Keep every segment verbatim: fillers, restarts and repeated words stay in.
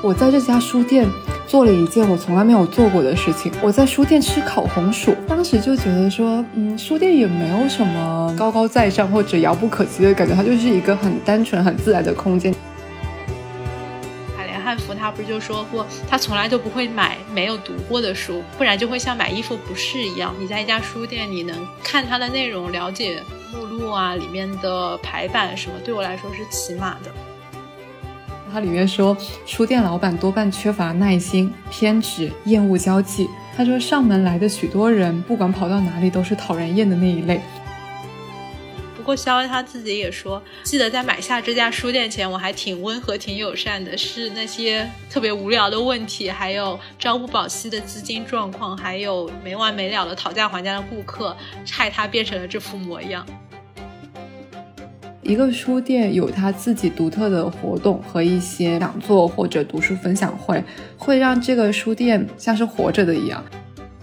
我在这家书店做了一件我从来没有做过的事情，我在书店吃烤红薯。当时就觉得说，嗯，书店也没有什么高高在上或者遥不可及的感觉，它就是一个很单纯很自然的空间。 海莲汉服他不是就说过，他从来都不会买没有读过的书，不然就会像买衣服不是一样。你在一家书店，你能看它的内容，了解目录啊，里面的排版什么，对我来说是起码的。 它里面说，书店老板多半缺乏耐心、偏执、厌恶交际。他说上门来的许多人，不管跑到哪里都是讨人厌的那一类。 不过肖恩他自己也说，记得在买下这家书店前，我还挺温和挺友善的，是那些特别无聊的问题，还有朝不保夕的资金状况，还有没完没了的讨价还价的顾客，害他变成了这副模样。 一个书店有它自己独特的活动和一些讲座或者读书分享会，会让这个书店像是活着的一样。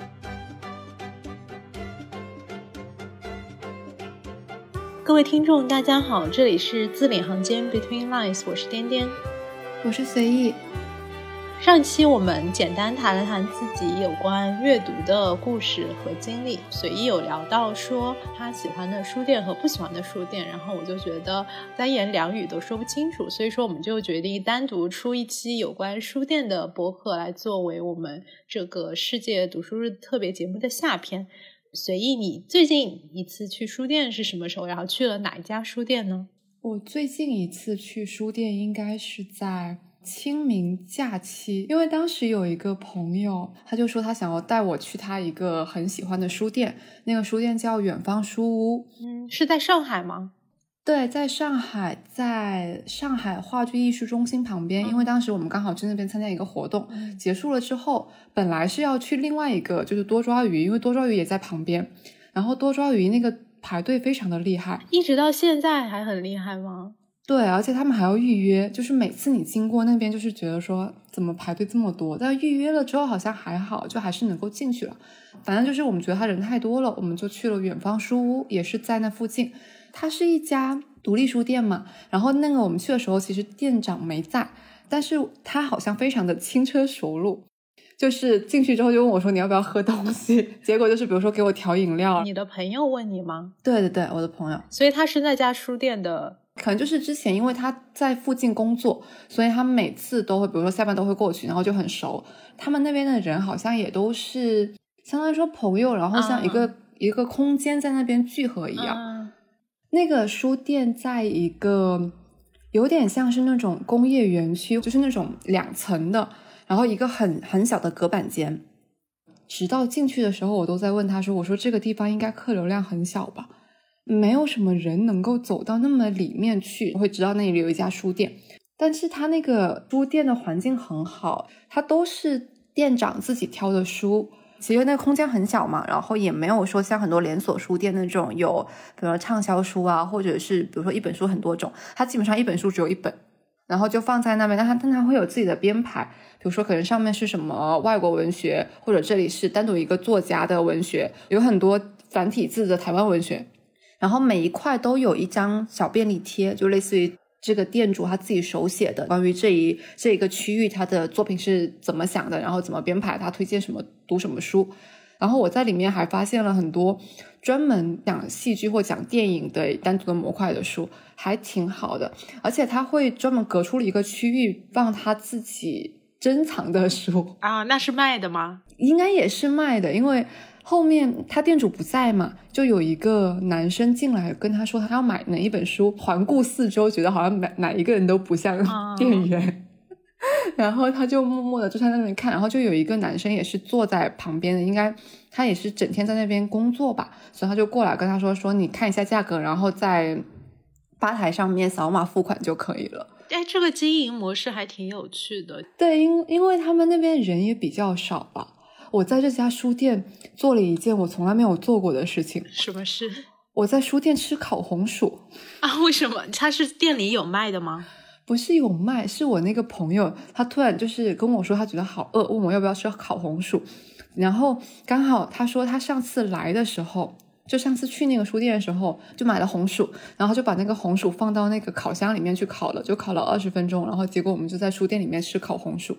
各位听众大家好，这里是字里行间 Between Lines， 我是颠颠， 我是随意。 上期我们简单谈了谈自己有关阅读的故事和经历，随意有聊到说他喜欢的书店和不喜欢的书店，然后我就觉得三言两语都说不清楚，所以说我们就决定单独出一期有关书店的播客，来作为我们这个世界读书日特别节目的下篇。随意，你最近一次去书店是什么时候？然后去了哪一家书店呢？ 我最近一次去书店应该是在清明假期，因为当时有一个朋友，他就说他想要带我去他一个很喜欢的书店，那个书店叫远方书屋。 嗯，是在上海吗？ 对，在上海，在上海话剧艺术中心旁边、嗯、因为当时我们刚好去那边参加一个活动、嗯、结束了之后，本来是要去另外一个就是多抓鱼，因为多抓鱼也在旁边，然后多抓鱼那个排队非常的厉害， 一直到现在还很厉害吗？ 对，而且他们还要预约，就是每次你经过那边就是觉得说怎么排队这么多，但预约了之后好像还好，就还是能够进去了。反正就是我们觉得他人太多了，我们就去了远方书屋，也是在那附近。它是一家独立书店嘛，然后那个我们去的时候其实店长没在，但是他好像非常的轻车熟路，就是进去之后就问我说你要不要喝东西，结果就是比如说给我调饮料。 你的朋友问你吗？ 对对对，我的朋友。 所以他是那家书店的， 可能就是之前因为他在附近工作，所以他每次都会比如说下班都会过去，然后就很熟。他们那边的人好像也都是相当于说朋友，然后像一个、嗯、一个空间在那边聚合一样、嗯、那个书店在一个有点像是那种工业园区，就是那种两层的，然后一个很很小的隔板间。直到进去的时候我都在问他说，我说这个地方应该客流量很小吧，没有什么人能够走到那么里面去，会知道那里有一家书店。但是他那个书店的环境很好，他都是店长自己挑的书，其实那个空间很小嘛，然后也没有说像很多连锁书店那种有比如说畅销书啊，或者是比如说一本书很多种，他基本上一本书只有一本，然后就放在那边，但他但他会有自己的编排，比如说可能上面是什么外国文学，或者这里是单独一个作家的文学，有很多繁体字的台湾文学，然后每一块都有一张小便利贴，就类似于这个店主他自己手写的关于这一这一个区域他的作品是怎么想的，然后怎么编排，他推荐什么读什么书。然后我在里面还发现了很多专门讲戏剧或讲电影的单独的模块的书，还挺好的。而且他会专门隔出了一个区域放他自己珍藏的书啊，那是卖的吗？ 应该也是卖的，因为后面他店主不在嘛，就有一个男生进来跟他说他要买哪一本书，环顾四周觉得好像哪一个人都不像店员、哦、然后他就默默的就在那边看，然后就有一个男生也是坐在旁边的，应该他也是整天在那边工作吧，所以他就过来跟他说说你看一下价格，然后在吧台上面扫码付款就可以了。 哎，这个经营模式还挺有趣的。 对，因因为他们那边人也比较少吧。我在这家书店做了一件我从来没有做过的事情。 什么事？ 我在书店吃烤红薯。 啊？为什么？他是店里有卖的吗？ 不是有卖，是我那个朋友他突然就是跟我说他觉得好饿，问我要不要吃烤红薯，然后刚好他说他上次来的时候就上次去那个书店的时候就买了红薯，然后就把那个红薯放到那个烤箱里面去烤了，就烤了二十分钟，然后结果我们就在书店里面吃烤红薯。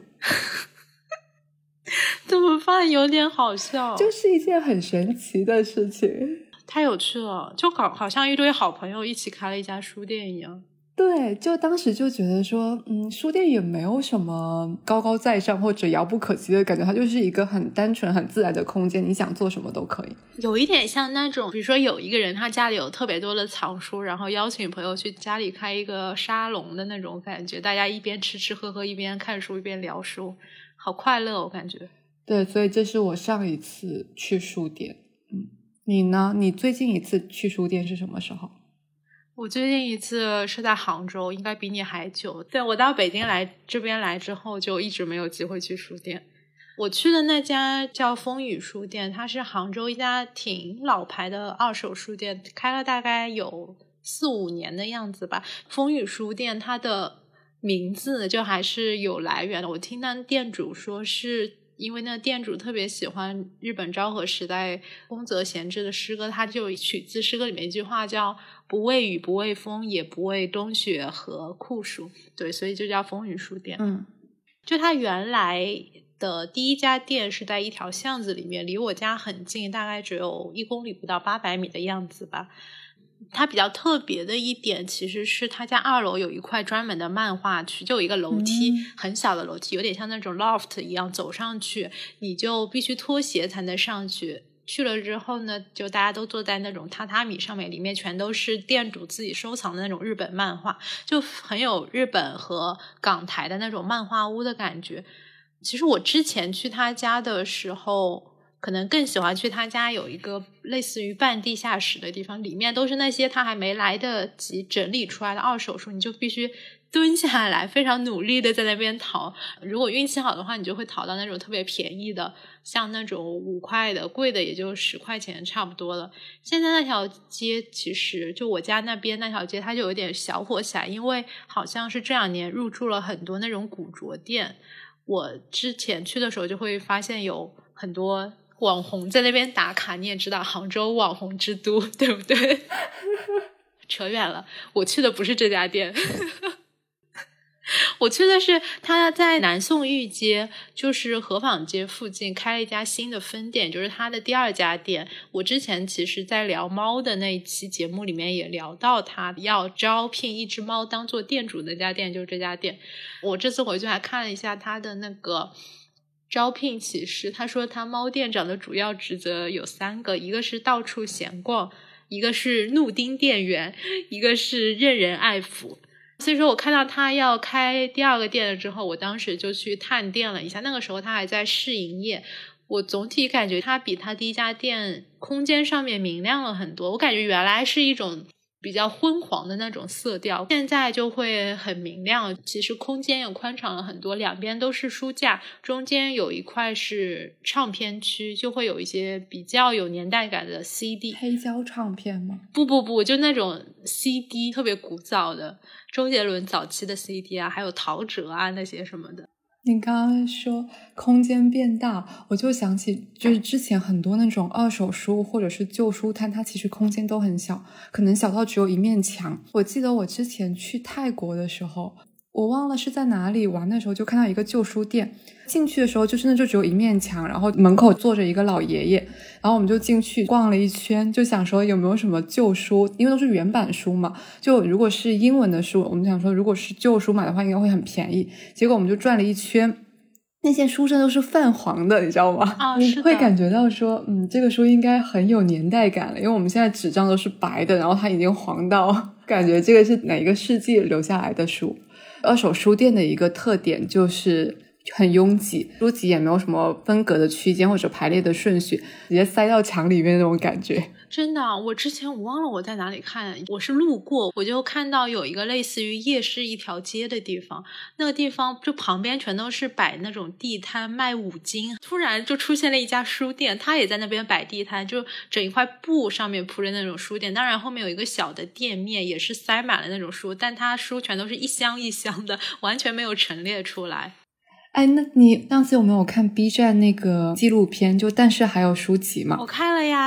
怎么办？有点好笑， 就是一件很神奇的事情， 太有趣了，就搞好像一堆好朋友一起开了一家书店一样。 对，就当时就觉得说嗯，书店也没有什么高高在上或者遥不可及的感觉，它就是一个很单纯很自然的空间，你想做什么都可以。 有一点像那种比如说有一个人他家里有特别多的藏书，然后邀请朋友去家里开一个沙龙的那种感觉，大家一边吃吃喝喝一边看书一边聊书，好快乐我感觉。对， 所以这是我上一次去书店。嗯，你呢？你最近一次去书店是什么时候？ 我最近一次是在杭州，应该比你还久。对，我到北京来这边来之后就一直没有机会去书店。我去的那家叫风雨书店，它是杭州一家挺老牌的二手书店，开了大概有四五年的样子吧。风雨书店它的名字就还是有来源的，我听那店主说是因为那个店主特别喜欢日本昭和时代宫泽贤治的诗歌，他就取自诗歌里面一句话叫不畏雨不畏风也不畏冬雪和酷暑，对，所以就叫风雨书店。 嗯， 就他原来的第一家店是在一条巷子里面，离我家很近，大概只有一公里不到八百米的样子吧。它比较特别的一点其实是他家二楼有一块专门的漫画区，就有一个楼梯、嗯、很小的楼梯，有点像那种 loft 一样，走上去你就必须脱鞋才能上去。去了之后呢，就大家都坐在那种榻榻米上面，里面全都是店主自己收藏的那种日本漫画，就很有日本和港台的那种漫画屋的感觉。其实我之前去他家的时候可能更喜欢去他家有一个类似于半地下室的地方，里面都是那些他还没来得及整理出来的二手书，你就必须蹲下来非常努力的在那边淘，如果运气好的话你就会淘到那种特别便宜的，像那种五块的，贵的也就十块钱差不多了。现在那条街其实就我家那边那条街它就有点小火起来，因为好像是这两年入驻了很多那种古着店，我之前去的时候就会发现有很多网红在那边打卡，你也知道杭州网红之都对不对？扯远了，我去的不是这家店我去的是他在南宋御街，就是河坊街附近开了一家新的分店，就是他的第二家店。我之前其实在聊猫的那一期节目里面也聊到他要招聘一只猫当做店主的那家店，就是这家店。我这次回去还看了一下他的那个招聘启事，他说他猫店长的主要职责有三个，一个是到处闲逛，一个是怒盯店员，一个是任人爱抚。所以说我看到他要开第二个店了之后，我当时就去探店了一下，那个时候他还在试营业。我总体感觉他比他第一家店空间上面明亮了很多，我感觉原来是一种比较昏黄的那种色调，现在就会很明亮，其实空间也宽敞了很多，两边都是书架，中间有一块是唱片区，就会有一些比较有年代感的 C D。 黑胶唱片吗？ 不不不，就那种 C D 特别古早的周杰伦早期的 C D 啊，还有陶喆啊那些什么的。 你刚刚说空间变大，我就想起就是之前很多那种二手书或者是旧书摊，它其实空间都很小，可能小到只有一面墙。我记得我之前去泰国的时候，我忘了是在哪里玩的时候，就看到一个旧书店，进去的时候就真的就只有一面墙，然后门口坐着一个老爷爷，然后我们就进去逛了一圈，就想说有没有什么旧书，因为都是原版书嘛，就如果是英文的书，我们想说如果是旧书买的话应该会很便宜，结果我们就转了一圈，那些书真的都是泛黄的，你知道吗？ 哦， 你会感觉到说嗯，这个书应该很有年代感了，因为我们现在纸张都是白的，然后它已经黄到感觉这个是哪个世纪留下来的书。二手书店的一个特点就是很拥挤，书籍也没有什么分隔的区间或者排列的顺序，直接塞到墙里面那种感觉。 真的，我之前我忘了我在哪里看，我是路过，我就看到有一个类似于夜市一条街的地方，那个地方就旁边全都是摆那种地摊卖五金，突然就出现了一家书店，他也在那边摆地摊，就整一块布上面铺着那种书店，当然后面有一个小的店面也是塞满了那种书，但他书全都是一箱一箱的，完全没有陈列出来。 哎，那你上次有没有看 B 站那个纪录片就但是还有书籍嘛？ 我看了呀。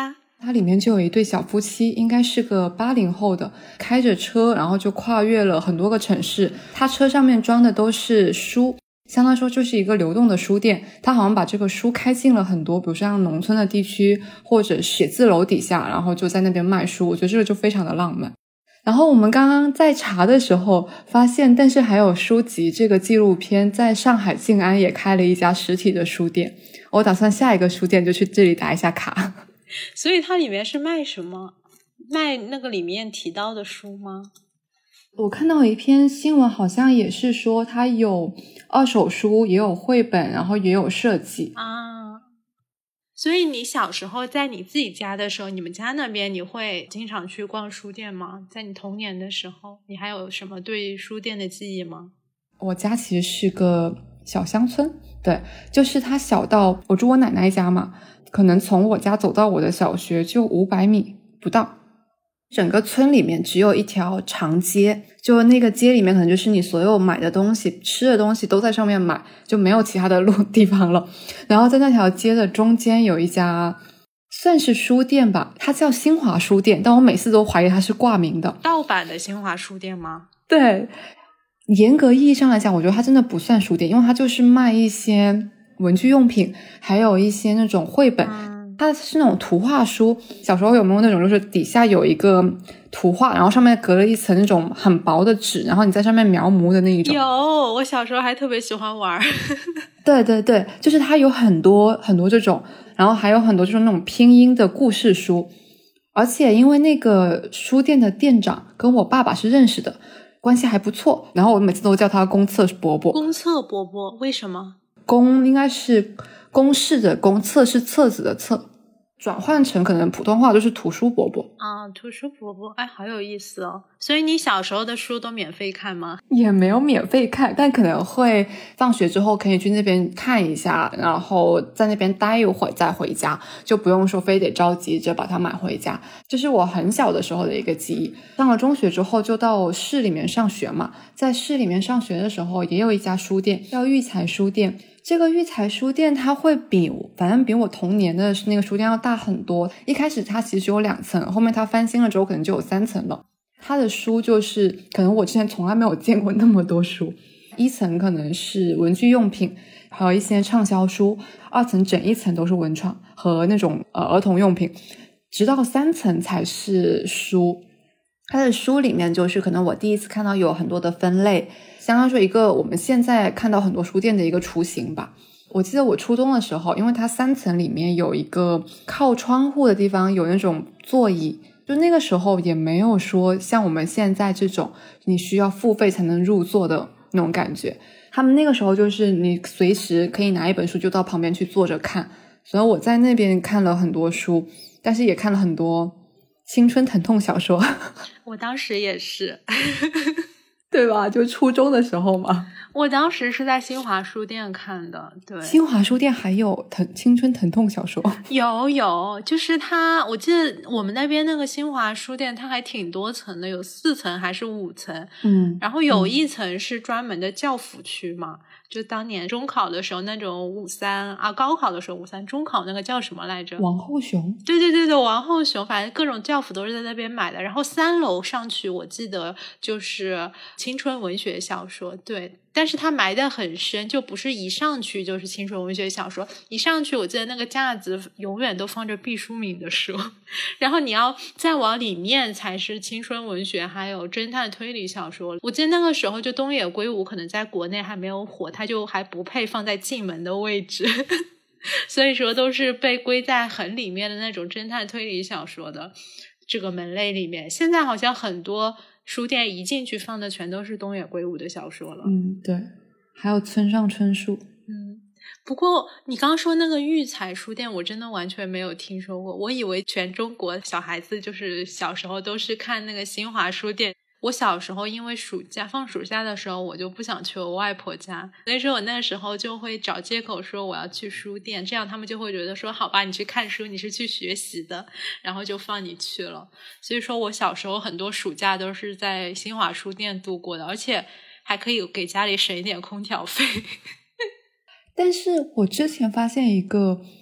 它里面就有一对小夫妻，应该是个八零后的，开着车然后就跨越了很多个城市，他车上面装的都是书，相当于说就是一个流动的书店，他好像把这个书开进了很多比如说像农村的地区或者写字楼底下，然后就在那边卖书，我觉得这个就非常的浪漫。然后我们刚刚在查的时候发现，但是还有书籍这个纪录片在上海静安也开了一家实体的书店，我打算下一个书店就去这里打一下卡。 所以它里面是卖什么？卖那个里面提到的书吗？ 我看到一篇新闻，好像也是说它有二手书，也有绘本，然后也有设计啊。所以你小时候在你自己家的时候，你们家那边你会经常去逛书店吗？在你童年的时候，你还有什么对书店的记忆吗？ 我家其实是个小乡村，对，就是它小到我住我奶奶家嘛，可能从我家走到我的小学就五百米不到，整个村里面只有一条长街，就那个街里面可能就是你所有买的东西吃的东西都在上面买，就没有其他的路地方了。然后在那条街的中间有一家算是书店吧，它叫新华书店，但我每次都怀疑它是挂名的。 盗版的新华书店吗？ 对，严格意义上来讲我觉得它真的不算书店，因为它就是卖一些文具用品，还有一些那种绘本、嗯、它是那种图画书。小时候有没有那种就是底下有一个图画，然后上面隔了一层那种很薄的纸，然后你在上面描摹的那一种？ 有，我小时候还特别喜欢玩。 对对对，就是它有很多很多这种，然后还有很多就是那种拼音的故事书。而且因为那个书店的店长跟我爸爸是认识的，关系还不错，然后我每次都叫他公厕伯伯。 公厕伯伯为什么？ 公应该是公式的公，厕是册子的册，转换成可能普通话就是图书伯伯啊，图书伯伯，哎，好有意思哦！所以你小时候的书都免费看吗？ 也没有免费看，但可能会放学之后可以去那边看一下，然后在那边待一会儿再回家，就不用说非得着急着把它买回家。这是我很小的时候的一个记忆。上了中学之后就到市里面上学嘛，在市里面上学的时候也有一家书店叫育才书店。这个育才书店它会比反正比我童年的那个书店要大很多，一开始它其实有两层，后面它翻新了之后可能就有三层了。它的书就是可能我之前从来没有见过那么多书，一层可能是文具用品还有一些畅销书，二层整一层都是文创和那种呃儿童用品，直到三层才是书。它的书里面就是可能我第一次看到有很多的分类，相当于说一个我们现在看到很多书店的一个雏形吧。我记得我初中的时候，因为它三层里面有一个靠窗户的地方有那种座椅，就那个时候也没有说像我们现在这种你需要付费才能入座的那种感觉。他们那个时候就是你随时可以拿一本书就到旁边去坐着看，所以我在那边看了很多书，但是也看了很多青春疼痛小说。 我当时也是。 对吧？就初中的时候嘛。 我当时是在新华书店看的。对， 新华书店还有疼青春疼痛小说？ 有有，就是它，我记得我们那边那个新华书店它还挺多层的，有四层还是五层。 嗯， 然后有一层是专门的教辅区嘛，嗯、就当年中考的时候那种五三啊，高考的时候五三，中考那个叫什么来着？ 王后雄。 对对对对，王后雄，反正各种教辅都是在那边买的。然后三楼上去我记得就是青春文学小说，对，但是它埋得很深，就不是一上去就是青春文学小说，一上去我记得那个架子永远都放着毕淑敏的书，然后你要再往里面才是青春文学还有侦探推理小说。我记得那个时候就东野圭吾可能在国内还没有火，他就还不配放在进门的位置所以说都是被归在很里面的那种侦探推理小说的这个门类里面。现在好像很多书店一进去放的全都是东野圭吾的小说了。 嗯，对，还有村上春树。 嗯，不过你刚刚说那个育才书店我真的完全没有听说过，我以为全中国小孩子就是小时候都是看那个新华书店。我小时候因为暑假放暑假的时候我就不想去我外婆家，所以说我那时候就会找借口说我要去书店，这样他们就会觉得说好吧，你去看书，你是去学习的，然后就放你去了。所以说我小时候很多暑假都是在新华书店度过的，而且还可以给家里省一点空调费但是我之前发现一个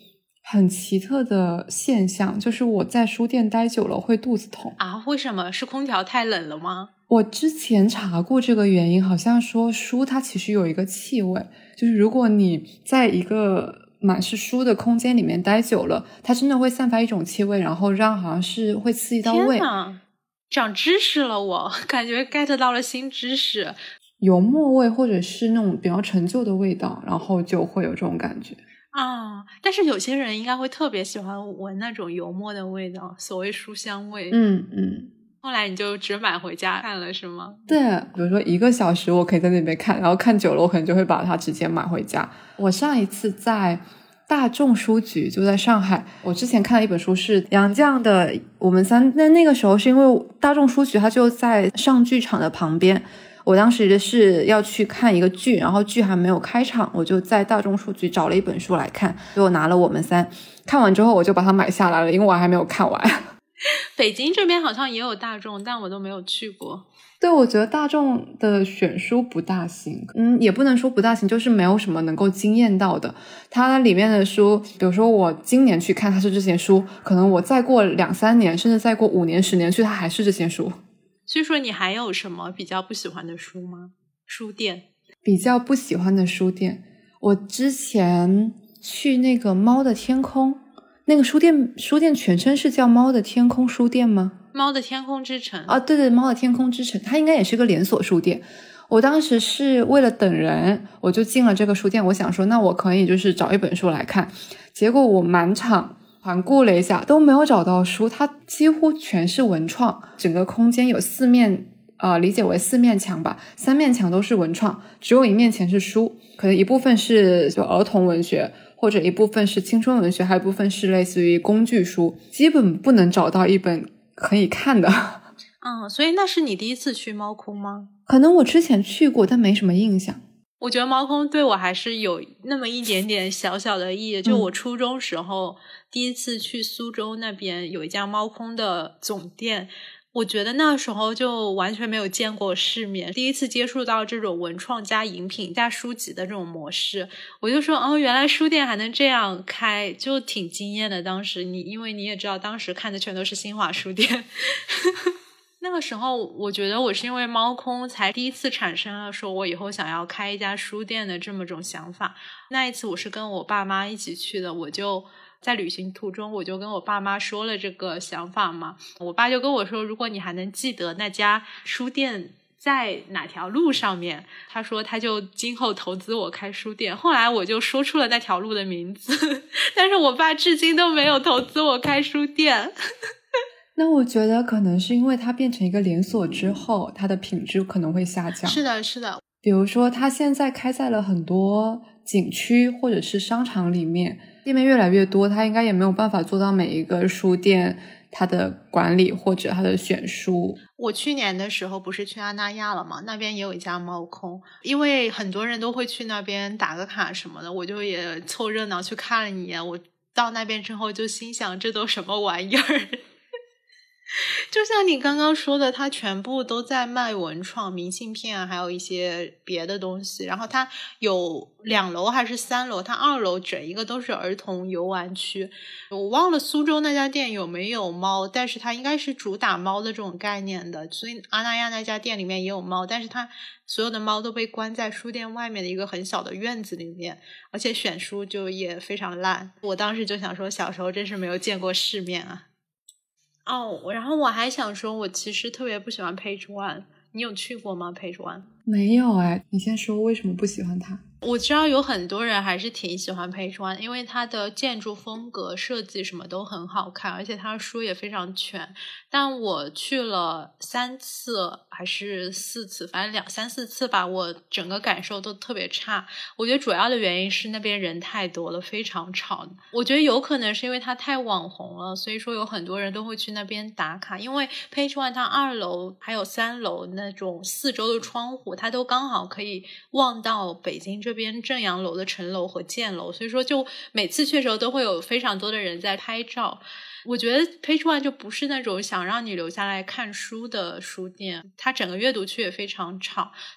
很奇特的现象，就是我在书店待久了会肚子痛啊？为什么？是空调太冷了吗？ 我之前查过这个原因，好像说书它其实有一个气味，就是如果你在一个满是书的空间里面待久了，它真的会散发一种气味，然后让好像是会刺激到胃。 天哪，长知识了，我感觉 get 到了新知识。 油墨味或者是那种比较陈旧的味道，然后就会有这种感觉啊。但是有些人应该会特别喜欢闻那种油墨的味道，所谓书香味。 嗯嗯。 后来你就只买回家看了是吗？ 对，比如说一个小时我可以在那边看，然后看久了我可能就会把它直接买回家。我上一次在大众书局，就在上海，我之前看了一本书是杨绛的《我们三》，那那个时候是因为大众书局它就在上剧场的旁边，我当时是要去看一个剧，然后剧还没有开场，我就在大众书局找了一本书来看，就拿了《我们三》，看完之后我就把它买下来了，因为我还没有看完。 北京这边好像也有大众，但我都没有去过。 对，我觉得大众的选书不大行，嗯，也不能说不大行，就是没有什么能够惊艳到的。它里面的书，比如说我今年去看它是这些书，可能我再过两三年，甚至再过五年、十年去，它还是这些书。 所以说你还有什么比较不喜欢的书吗？书店比较不喜欢的书店，我之前去那个猫的天空，那个书店书店全称是叫猫的天空书店吗？ 猫的天空之城啊，对对，猫的天空之城，它应该也是个连锁书店。我当时是为了等人，我就进了这个书店，我想说那我可以就是找一本书来看，结果我满场环顾了一下都没有找到书，它几乎全是文创，整个空间有四面呃，理解为四面墙吧，三面墙都是文创，只有一面墙是书，可能一部分是就儿童文学，或者一部分是青春文学，还有一部分是类似于工具书，基本不能找到一本可以看的。 嗯，所以那是你第一次去猫空吗？ 可能我之前去过，但没什么印象。 我觉得猫空对我还是有那么一点点小小的意义。就我初中时候、嗯、第一次去苏州那边有一家猫空的总店，我觉得那时候就完全没有见过世面，第一次接触到这种文创加饮品加书籍的这种模式，我就说哦，原来书店还能这样开，就挺惊艳的。当时你因为你也知道当时看的全都是新华书店那个时候我觉得我是因为猫空才第一次产生了说我以后想要开一家书店的这么种想法。那一次我是跟我爸妈一起去的，我就在旅行途中我就跟我爸妈说了这个想法嘛，我爸就跟我说如果你还能记得那家书店在哪条路上面，他说他就今后投资我开书店。后来我就说出了那条路的名字但是我爸至今都没有投资我开书店那我觉得可能是因为它变成一个连锁之后它的品质可能会下降。 是的是的， 比如说它现在开在了很多景区或者是商场里面，店面越来越多，它应该也没有办法做到每一个书店它的管理或者它的选书。 我去年的时候不是去阿那亚了吗？那边也有一家猫空，因为很多人都会去那边打个卡什么的，我就也凑热闹去看了一眼。我到那边之后就心想这都什么玩意儿就像你刚刚说的，它全部都在卖文创明信片啊，还有一些别的东西。然后它有两楼还是三楼，它二楼整一个都是儿童游玩区。我忘了苏州那家店有没有猫，但是它应该是主打猫的这种概念的，所以阿那亚那家店里面也有猫，但是它所有的猫都被关在书店外面的一个很小的院子里面，而且选书就也非常烂。我当时就想说小时候真是没有见过世面啊。哦，然后我还想说我其实特别不喜欢 Page One， 你有去过吗 Page One？ 没有哎，你先说为什么不喜欢它。 我知道有很多人还是挺喜欢 Page One， 因为它的建筑风格设计什么都很好看，而且它的书也非常全。但我去了三次还是四次，反正两三四次吧，我整个感受都特别差。我觉得主要的原因是那边人太多了，非常吵。我觉得有可能是因为它太网红了，所以说有很多人都会去那边打卡。因为 Page One 它二楼还有三楼那种四周的窗户，它都刚好可以望到北京这这边正阳楼的城楼和建楼，所以说就每次去的时候都会有非常多的人在拍照。我觉得 Page One 就不是那种想让你留下来看书的书店，它整个阅读区也非常吵。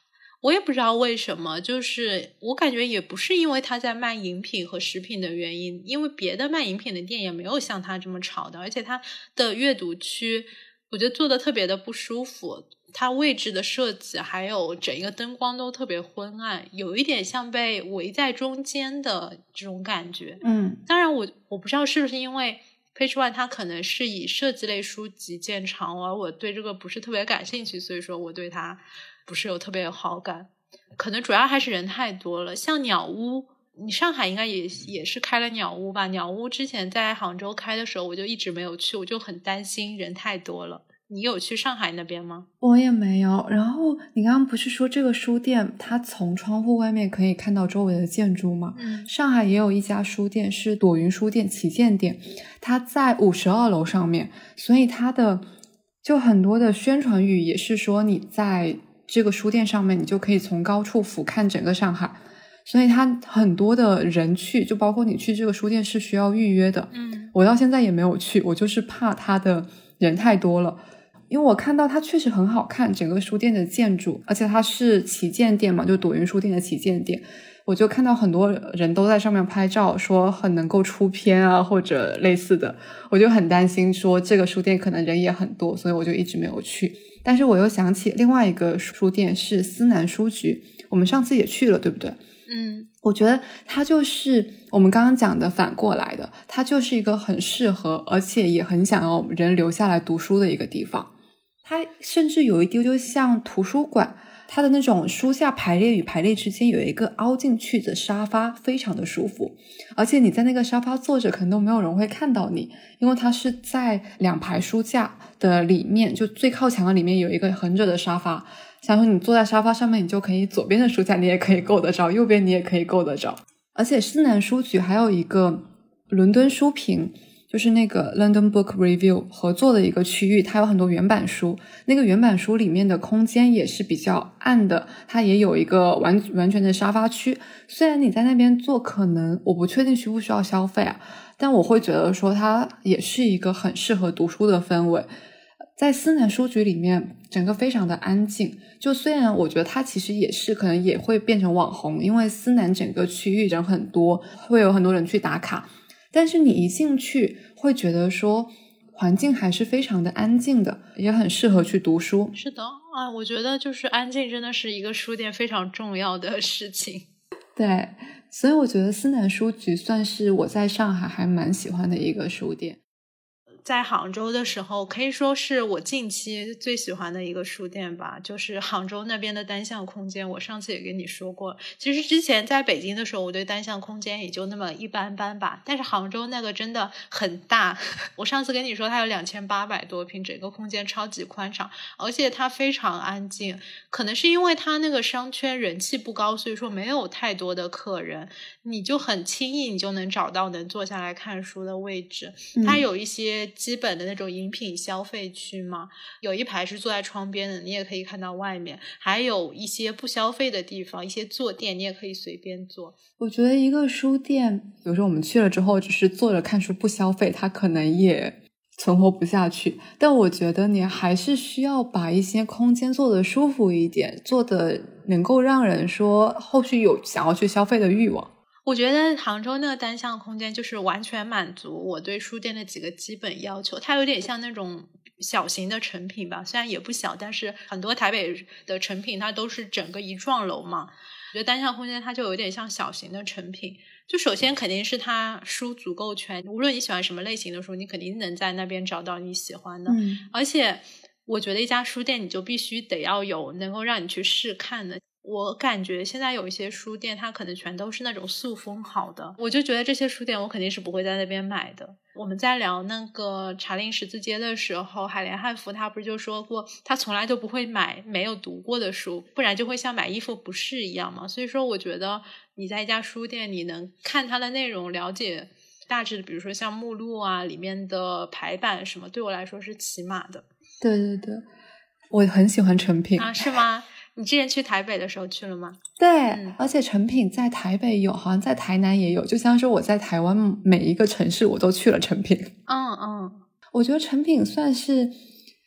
我也不知道为什么，就是我感觉也不是因为他在卖饮品和食品的原因，因为别的卖饮品的店也没有像他这么吵的，而且他的阅读区我觉得做的特别的不舒服，它位置的设计还有整一个灯光都特别昏暗，有一点像被围在中间的这种感觉。 嗯， 当然我我不知道是不是因为 Page One 它可能是以设计类书籍见长，而我对这个不是特别感兴趣，所以说我对它不是有特别有好感。可能主要还是人太多了，像鸟屋，你上海应该也也是开了鸟屋吧？鸟屋之前在杭州开的时候我就一直没有去，我就很担心人太多了。你有去上海那边吗？ 我也没有。然后你刚刚不是说这个书店它从窗户外面可以看到周围的建筑吗？ 嗯， 上海也有一家书店是朵云书店旗舰店，它在五十二楼上面，所以它的就很多的宣传语也是说你在这个书店上面你就可以从高处俯瞰整个上海，所以它很多的人去，就包括你去这个书店是需要预约的。 嗯， 我到现在也没有去，我就是怕它的人太多了。因为我看到它确实很好看，整个书店的建筑，而且它是旗舰店嘛，就朵云书店的旗舰店，我就看到很多人都在上面拍照，说很能够出片啊或者类似的，我就很担心说这个书店可能人也很多，所以我就一直没有去。但是我又想起另外一个书店是思南书局，我们上次也去了对不对？ 嗯， 我觉得它就是我们刚刚讲的反过来的，它就是一个很适合而且也很想要人留下来读书的一个地方。它甚至有一丢丢像图书馆，它的那种书架排列与排列之间有一个凹进去的沙发，非常的舒服，而且你在那个沙发坐着可能都没有人会看到你，因为它是在两排书架的里面，就最靠墙的里面有一个横着的沙发，想说你坐在沙发上面，你就可以左边的书架你也可以够得着，右边你也可以够得着。而且思南书局还有一个伦敦书评，就是那个 London Book Review 合作的一个区域，它有很多原版书，那个原版书里面的空间也是比较暗的，它也有一个完完全的沙发区。虽然你在那边坐可能我不确定需不需要消费啊，但我会觉得说它也是一个很适合读书的氛围。在思南书局里面整个非常的安静，就虽然我觉得它其实也是可能也会变成网红，因为思南整个区域人很多，会有很多人去打卡，但是你一进去会觉得说环境还是非常的安静的，也很适合去读书。 是的啊，我觉得就是安静真的是一个书店非常重要的事情。 对，所以我觉得思南书局算是我在上海还蛮喜欢的一个书店。 在杭州的时候可以说是我近期最喜欢的一个书店吧，就是杭州那边的单向空间。我上次也跟你说过，其实之前在北京的时候我对单向空间也就那么一般般吧，但是杭州那个真的很大，我上次跟你说它有两千八百多平，整个空间超级宽敞，而且它非常安静，可能是因为它那个商圈人气不高，所以说没有太多的客人，你就很轻易你就能找到能坐下来看书的位置。它有一些基本的那种饮品消费区嘛，有一排是坐在窗边的，你也可以看到外面，还有一些不消费的地方，一些坐垫你也可以随便坐。 我觉得一个书店比如说我们去了之后只是坐着看书不消费，它可能也存活不下去，但我觉得你还是需要把一些空间做得舒服一点，做得能够让人说后续有想要去消费的欲望。 我觉得杭州那个单向空间就是完全满足我对书店的几个基本要求，它有点像那种小型的成品吧，虽然也不小，但是很多台北的成品它都是整个一幢楼嘛，我觉得单向空间它就有点像小型的成品。就首先肯定是它书足够全，无论你喜欢什么类型的书，你肯定能在那边找到你喜欢的、嗯、而且我觉得一家书店你就必须得要有能够让你去试看的。我感觉现在有一些书店它可能全都是那种塑封好的，我就觉得这些书店我肯定是不会在那边买的。我们在聊那个茶陵十字街的时候，海莲汉服他不是就说过他从来都不会买没有读过的书，不然就会像买衣服不是一样嘛。所以说我觉得你在一家书店你能看它的内容，了解大致比如说像目录啊里面的排版什么，对我来说是起码的。 对对对，我很喜欢成品啊，是吗？你之前去台北的时候去了吗？ 对、嗯、而且成品在台北有，好像在台南也有，就像是我在台湾每一个城市我都去了成品。 嗯嗯， 我觉得成品算是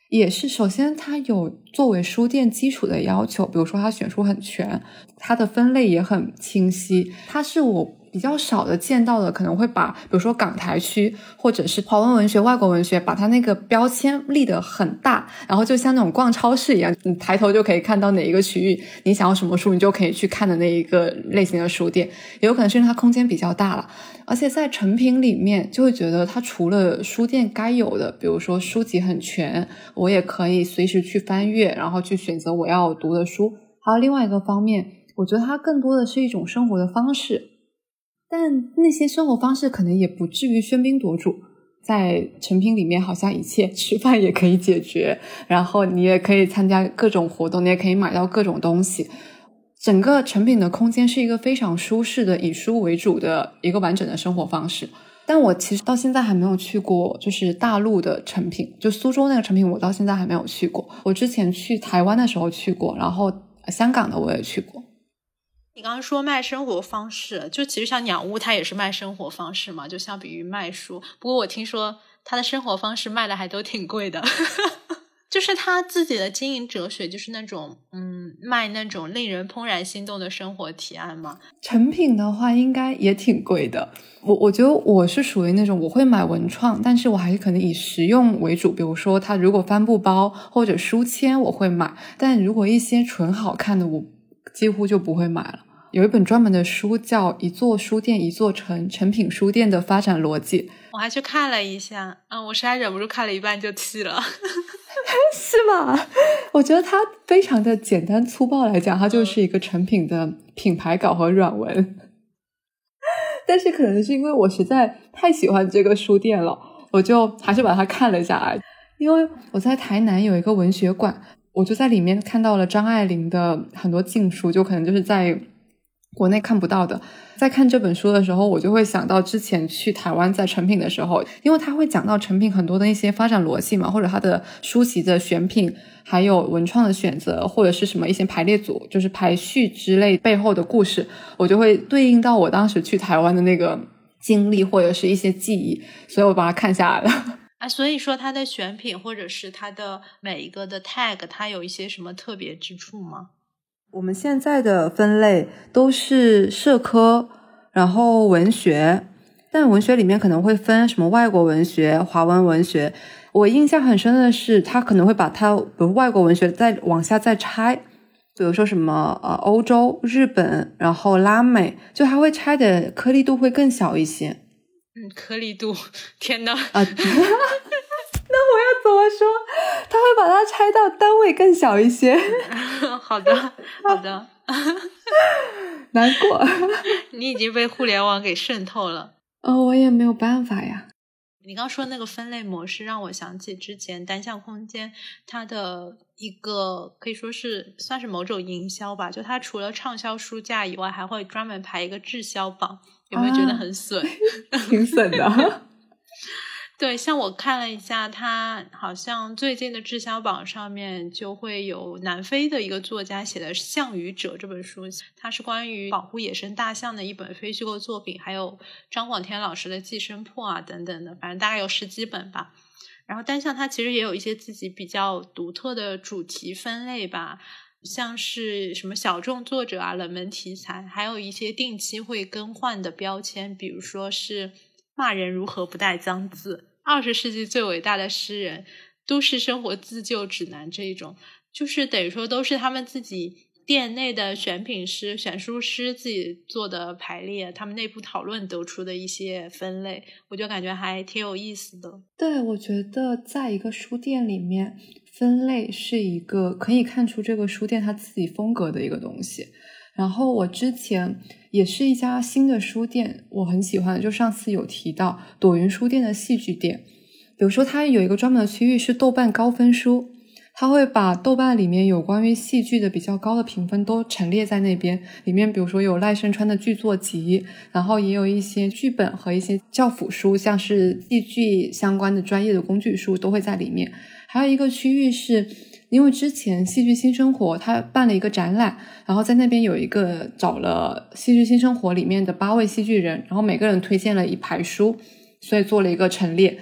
也是，首先它有作为书店基础的要求，比如说它选书很全，它的分类也很清晰，它是我比较少的见到的，可能会把比如说港台区或者是华文文学、外国文学，把它那个标签立得很大，然后就像那种逛超市一样，你抬头就可以看到哪一个区域你想要什么书你就可以去看的那一个类型的书店，也有可能是因为它空间比较大了。而且在成品里面就会觉得它除了书店该有的，比如说书籍很全，我也可以随时去翻阅，然后去选择我要读的书，还有另外一个方面，我觉得它更多的是一种生活的方式，但那些生活方式可能也不至于喧宾夺主。在成品里面好像一切吃饭也可以解决，然后你也可以参加各种活动，你也可以买到各种东西，整个成品的空间是一个非常舒适的以书为主的一个完整的生活方式。但我其实到现在还没有去过就是大陆的成品，就苏州那个成品我到现在还没有去过，我之前去台湾的时候去过，然后香港的我也去过。 你刚刚说卖生活方式，就其实像鸟屋它也是卖生活方式嘛，就相比于卖书，不过我听说它的生活方式卖的还都挺贵的就是他自己的经营哲学就是那种嗯，卖那种令人怦然心动的生活提案嘛。 成品的话应该也挺贵的，我我觉得我是属于那种我会买文创，但是我还是可能以实用为主，比如说它如果帆布包或者书签我会买，但如果一些纯好看的我几乎就不会买了。有一本专门的书叫《一座书店一座城：成品书店的发展逻辑》， 我还去看了一下，嗯，我实在忍不住看了一半就弃了是吗？我觉得它非常的简单粗暴来讲，它就是一个成品的品牌稿和软文但是可能是因为我实在太喜欢这个书店了，我就还是把它看了下来。因为我在台南有一个文学馆，我就在里面看到了张爱玲的很多禁书，就可能就是在国内看不到的。在看这本书的时候，我就会想到之前去台湾在成品的时候，因为他会讲到成品很多的一些发展逻辑嘛，或者他的书籍的选品，还有文创的选择，或者是什么一些排列组，就是排序之类背后的故事，我就会对应到我当时去台湾的那个经历或者是一些记忆，所以我把它看下来了啊，所以说它的选品或者是它的每一个的 tag 它有一些什么特别之处吗？ 我们现在的分类都是社科，然后文学，但文学里面可能会分什么外国文学、华文文学。我印象很深的是它可能会把它比如外国文学再往下再拆，比如说什么呃欧洲、日本，然后拉美，就它会拆的颗粒度会更小一些。 嗯，颗粒度，天哪啊那我要怎么说？他会把它拆到单位更小一些好的好的难过你已经被互联网给渗透了。 哦，我也没有办法呀。 你刚说那个分类模式让我想起之前单向空间它的一个可以说是算是某种营销吧，就它除了畅销书架以外还会专门排一个滞销榜，有没有觉得很损、 啊、挺损的对，像我看了一下，它好像最近的滞销榜上面就会有南非的一个作家写的《象与者》这本书，它是关于保护野生大象的一本非虚构作品，还有张广天老师的《寄生破》啊等等的，反正大概有十几本吧。然后单向它其实也有一些自己比较独特的主题分类吧，像是什么小众作者啊、冷门题材，还有一些定期会更换的标签，比如说是骂人如何不带脏字、二十世纪最伟大的诗人、都市生活自救指南，这一种就是等于说都是他们自己店内的选品师、选书师自己做的排列，他们内部讨论得出的一些分类，我就感觉还挺有意思的。 对，我觉得在一个书店里面分类是一个可以看出这个书店它自己风格的一个东西。然后我之前也是一家新的书店，我很喜欢的，就上次有提到朵云书店的戏剧店。比如说它有一个专门的区域是豆瓣高分书，它会把豆瓣里面有关于戏剧的比较高的评分都陈列在那边，里面比如说有赖声川的剧作集，然后也有一些剧本和一些教辅书，像是戏剧相关的专业的工具书都会在里面。还有一个区域是因为之前戏剧新生活他办了一个展览，然后在那边有一个找了戏剧新生活里面的八位戏剧人，然后每个人推荐了一排书，所以做了一个陈列。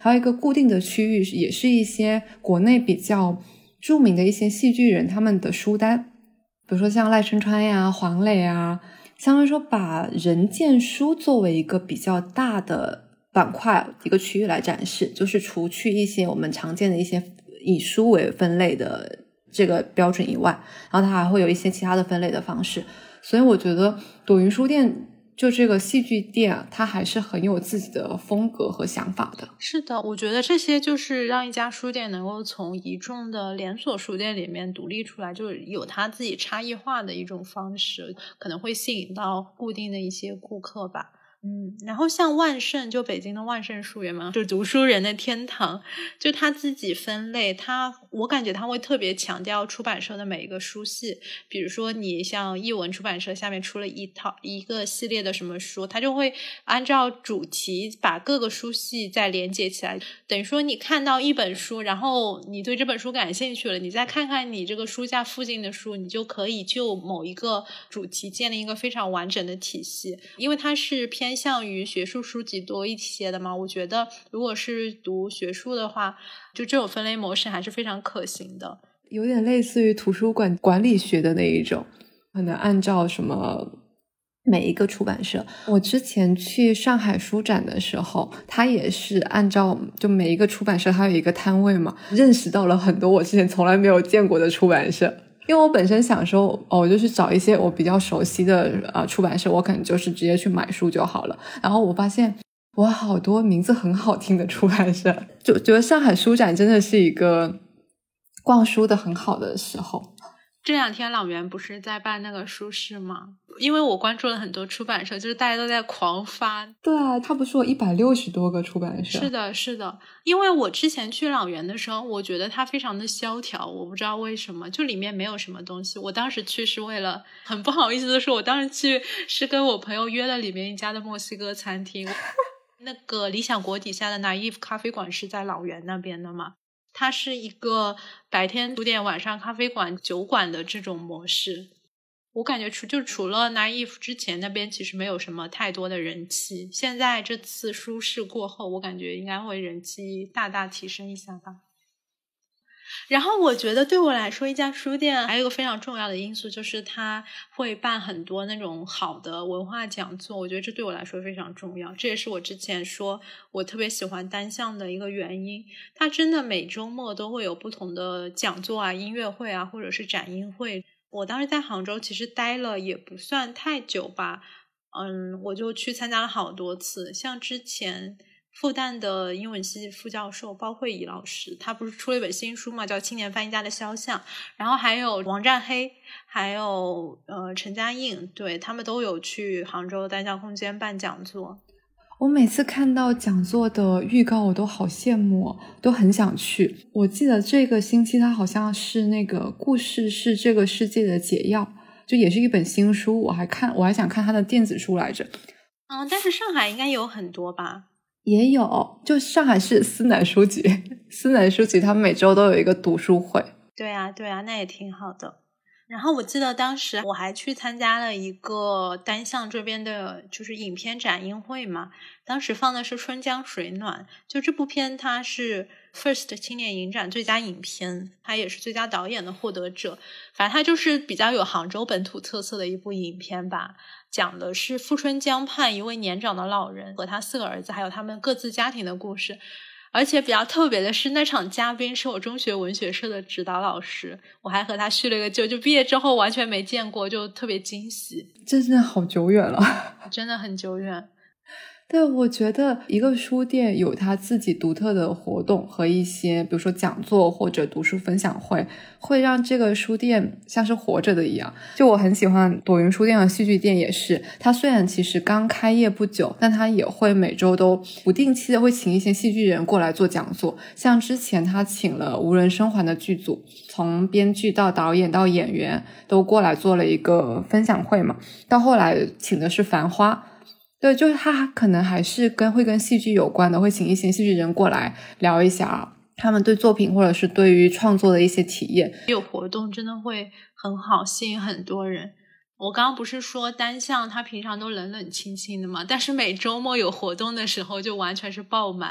还有一个固定的区域也是一些国内比较著名的一些戏剧人他们的书单，比如说像赖声川呀、黄磊啊，相当于说把人见书作为一个比较大的板块一个区域来展示，就是除去一些我们常见的一些以书为分类的这个标准以外，然后它还会有一些其他的分类的方式。所以我觉得朵云书店就这个戏剧店啊，它还是很有自己的风格和想法的。 是的，我觉得这些就是让一家书店能够从一众的连锁书店里面独立出来，就是有它自己差异化的一种方式，可能会吸引到固定的一些顾客吧。嗯，然后像万盛，就北京的万盛书园嘛，就是读书人的天堂，就他自己分类，他我感觉他会特别强调出版社的每一个书系，比如说你像译文出版社下面出了一套一个系列的什么书，他就会按照主题把各个书系再连接起来，等于说你看到一本书，然后你对这本书感兴趣了，你再看看你这个书架附近的书，你就可以就某一个主题建立一个非常完整的体系，因为它是偏偏向于学术书籍多一些的嘛，我觉得如果是读学术的话，就这种分类模式还是非常可行的， 有点类似于图书馆管理学的那一种，可能按照什么每一个出版社。我之前去上海书展的时候，它也是按照就每一个出版社它有一个摊位嘛，认识到了很多我之前从来没有见过的出版社。因为我本身想说哦，我就去找一些我比较熟悉的呃出版社，我可能就是直接去买书就好了。然后我发现哇，好多名字很好听的出版社，就觉得上海书展真的是一个逛书的很好的时候。 这两天朗园不是在办那个书市吗？因为我关注了很多出版社，就是大家都在狂发。 对啊，他不是有一百六十多个出版社。 是的是的，因为我之前去朗园的时候，我觉得它非常的萧条，我不知道为什么，就里面没有什么东西。我当时去是为了，很不好意思的说，我当时去是跟我朋友约了里面一家的墨西哥餐厅那个理想国底下的 Naive 咖啡馆是在朗园那边的嘛，它是一个白天书店晚上咖啡馆酒馆的这种模式。我感觉除就除了 Naive 之前那边其实没有什么太多的人气，现在这次书市过后，我感觉应该会人气大大提升一下吧。然后我觉得对我来说，一家书店还有一个非常重要的因素，就是它会办很多那种好的文化讲座，我觉得这对我来说非常重要，这也是我之前说我特别喜欢单向的一个原因。它真的每周末都会有不同的讲座啊、音乐会啊，或者是展映会。我当时在杭州其实待了也不算太久吧，嗯，我就去参加了好多次，像之前复旦的英文系副教授包慧仪老师，他不是出了一本新书嘛，叫《青年翻译家的肖像》，然后还有王占黑，还有呃陈嘉映，对，他们都有去杭州单向空间办讲座。 我每次看到讲座的预告我都好羡慕，都很想去。我记得这个星期它好像是那个故事是这个世界的解药，就也是一本新书，我还看我还想看它的电子书来着。 嗯，但是上海应该有很多吧？ 也有，就上海市思南书局，思南书局他们每周都有一个读书会。 对啊对啊，那也挺好的。然后我记得当时我还去参加了一个单向这边的就是影片展映会嘛，当时放的是春江水暖，就这部片它是 First 青年影展最佳影片，它也是最佳导演的获得者，反正它就是比较有杭州本土特色的一部影片吧，讲的是富春江畔一位年长的老人和他四个儿子还有他们各自家庭的故事。而且比较特别的是，那场嘉宾是我中学文学社的指导老师，我还和他叙了个旧，就毕业之后完全没见过，就特别惊喜。 这真的好久远了， 真的很久远。 对，我觉得一个书店有它自己独特的活动和一些比如说讲座或者读书分享会，会让这个书店像是活着的一样。就我很喜欢朵云书店的戏剧店也是，它虽然其实刚开业不久，但它也会每周都不定期的会请一些戏剧人过来做讲座，像之前他请了无人生还的剧组，从编剧到导演到演员都过来做了一个分享会嘛，到后来请的是繁花。对，就是他可能还是跟会跟戏剧有关的，会请一些戏剧人过来聊一下他们对作品或者是对于创作的一些体验。 有活动真的会很好，吸引很多人。我刚刚不是说单向他平常都冷冷清清的嘛，但是每周末有活动的时候就完全是爆满。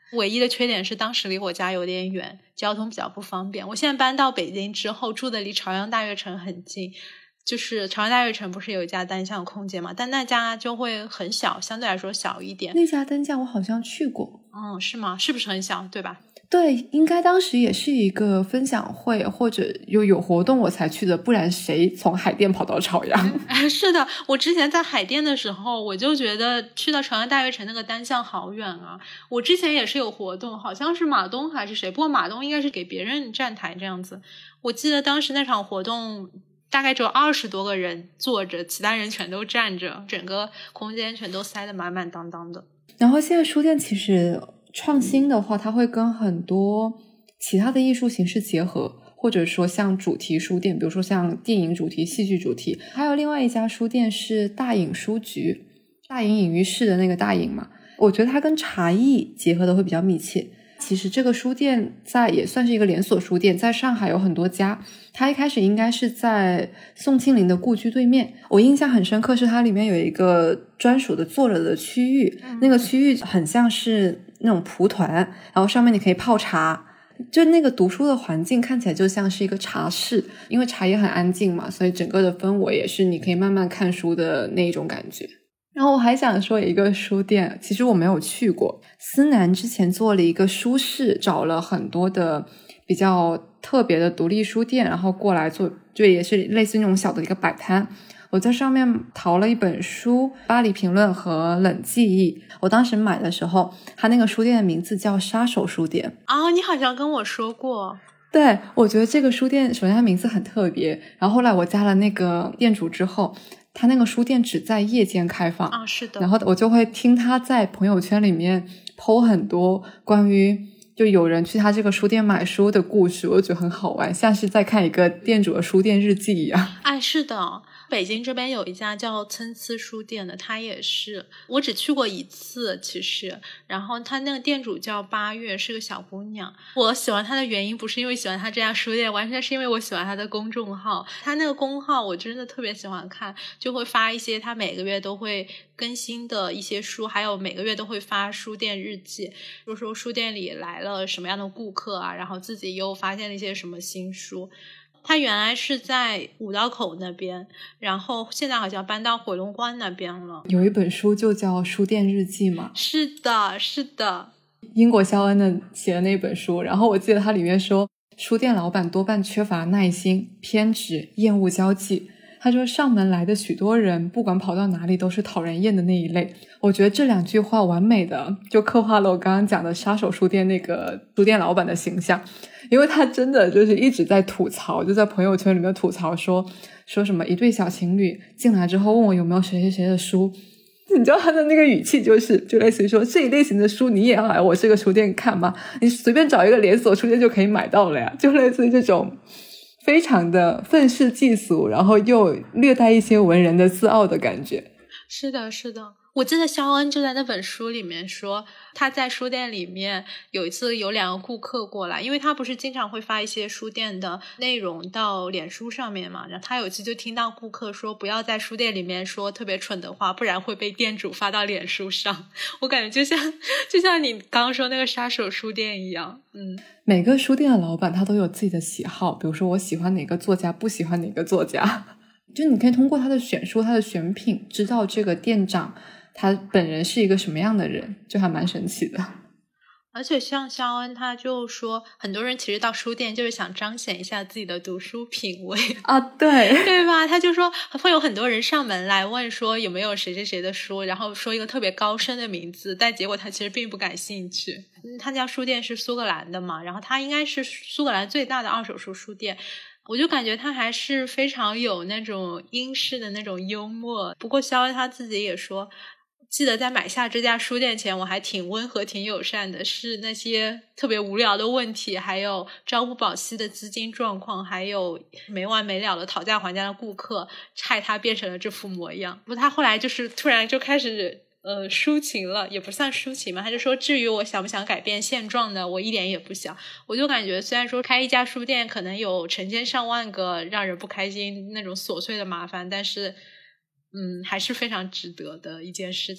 唯一的缺点是当时离我家有点远，交通比较不方便。我现在搬到北京之后住的离朝阳大悦城很近，就是朝阳大悦城不是有一家单向空间嘛，但那家就会很小，相对来说小一点。 那家单向我好像去过。 嗯，是吗？是不是很小，对吧？ 对，应该当时也是一个分享会或者有有活动我才去的，不然谁从海淀跑到朝阳？ 是的，我之前在海淀的时候，我就觉得去到朝阳大悦城那个单向好远啊。我之前也是有活动，好像是马东还是谁，不过马东应该是给别人站台这样子。我记得当时那场活动大概只有二十多个人坐着，其他人全都站着，整个空间全都塞得满满当当的。 然后现在书店其实创新的话，它会跟很多其他的艺术形式结合，或者说像主题书店，比如说像电影主题、戏剧主题。还有另外一家书店是大隐书局，大隐隐于市的那个大隐嘛，我觉得它跟茶艺结合的会比较密切。其实这个书店在也算是一个连锁书店，在上海有很多家。它一开始应该是在宋庆龄的故居对面，我印象很深刻是它里面有一个专属的坐着的区域，那个区域很像是那种蒲团，然后上面你可以泡茶，就那个读书的环境看起来就像是一个茶室，因为茶也很安静嘛，所以整个的氛围也是你可以慢慢看书的那种感觉。然后我还想说一个书店，其实我没有去过，思南之前做了一个书市，找了很多的比较特别的独立书店，然后过来做，就也是类似那种小的一个摆摊。我在上面淘了一本书《巴黎评论》和《冷记忆》，我当时买的时候它那个书店的名字叫杀手书店。 哦，你好像跟我说过。 对，我觉得这个书店首先它名字很特别，然后后来我加了那个店主之后，他那个书店只在夜间开放啊，是的。 然后我就会听他在朋友圈里面 po 很多关于就有人去他这个书店买书的故事，我就觉得很好玩，像是在看一个店主的书店日记一样。 哎，是的。北京这边有一家叫参差书店的，它也是我只去过一次其实，然后它那个店主叫八月，是个小姑娘。我喜欢她的原因不是因为喜欢她这家书店，完全是因为我喜欢她的公众号。她那个公号我真的特别喜欢看，就会发一些她每个月都会更新的一些书，还有每个月都会发书店日记，就说书店里来了什么样的顾客啊，然后自己又发现了一些什么新书。他原来是在五道口那边，然后现在好像搬到回龙观那边了。 有一本书就叫《书店日记》嘛。 是的，是的。 英国肖恩的写的那本书，然后我记得它里面说，书店老板多半缺乏耐心、偏执、厌恶交际。他说上门来的许多人不管跑到哪里都是讨人厌的那一类。我觉得这两句话完美的就刻画了我刚刚讲的杀手书店那个书店老板的形象，因为他真的就是一直在吐槽，就在朋友圈里面吐槽说说什么一对小情侣进来之后问我有没有谁谁谁的书，你知道他的那个语气就是就类似于说这一类型的书你也要来我这个书店看吗？你随便找一个连锁书店就可以买到了呀，就类似于这种非常的愤世嫉俗，然后又略带一些文人的自傲的感觉。 是的，是的。我记得肖恩就在那本书里面说，他在书店里面有一次有两个顾客过来，因为他不是经常会发一些书店的内容到脸书上面嘛，然后他有一次就听到顾客说不要在书店里面说特别蠢的话，不然会被店主发到脸书上。我感觉就像就像你刚刚说那个杀手书店一样。嗯， 每个书店的老板他都有自己的喜好，比如说我喜欢哪个作家，不喜欢哪个作家，就你可以通过他的选书他的选品知道这个店长他本人是一个什么样的人，就还蛮神奇的。 而且像肖恩他就说很多人其实到书店就是想彰显一下自己的读书品味啊，对对吧？他就说会有很多人上门来问说有没有谁谁谁的书，然后说一个特别高深的名字，但结果他其实并不感兴趣。他家书店是苏格兰的嘛，然后他应该是苏格兰最大的二手书书店，我就感觉他还是非常有那种英式的那种幽默。不过肖恩他自己也说，记得在买下这家书店前我还挺温和挺友善的，是那些特别无聊的问题，还有朝不保夕的资金状况，还有没完没了的讨价还价的顾客，害他变成了这副模样。不过他后来就是突然就开始呃抒情了，也不算抒情嘛，他就说至于我想不想改变现状呢，我一点也不想。我就感觉虽然说开一家书店可能有成千上万个让人不开心那种琐碎的麻烦，但是嗯，还是非常值得的一件事情。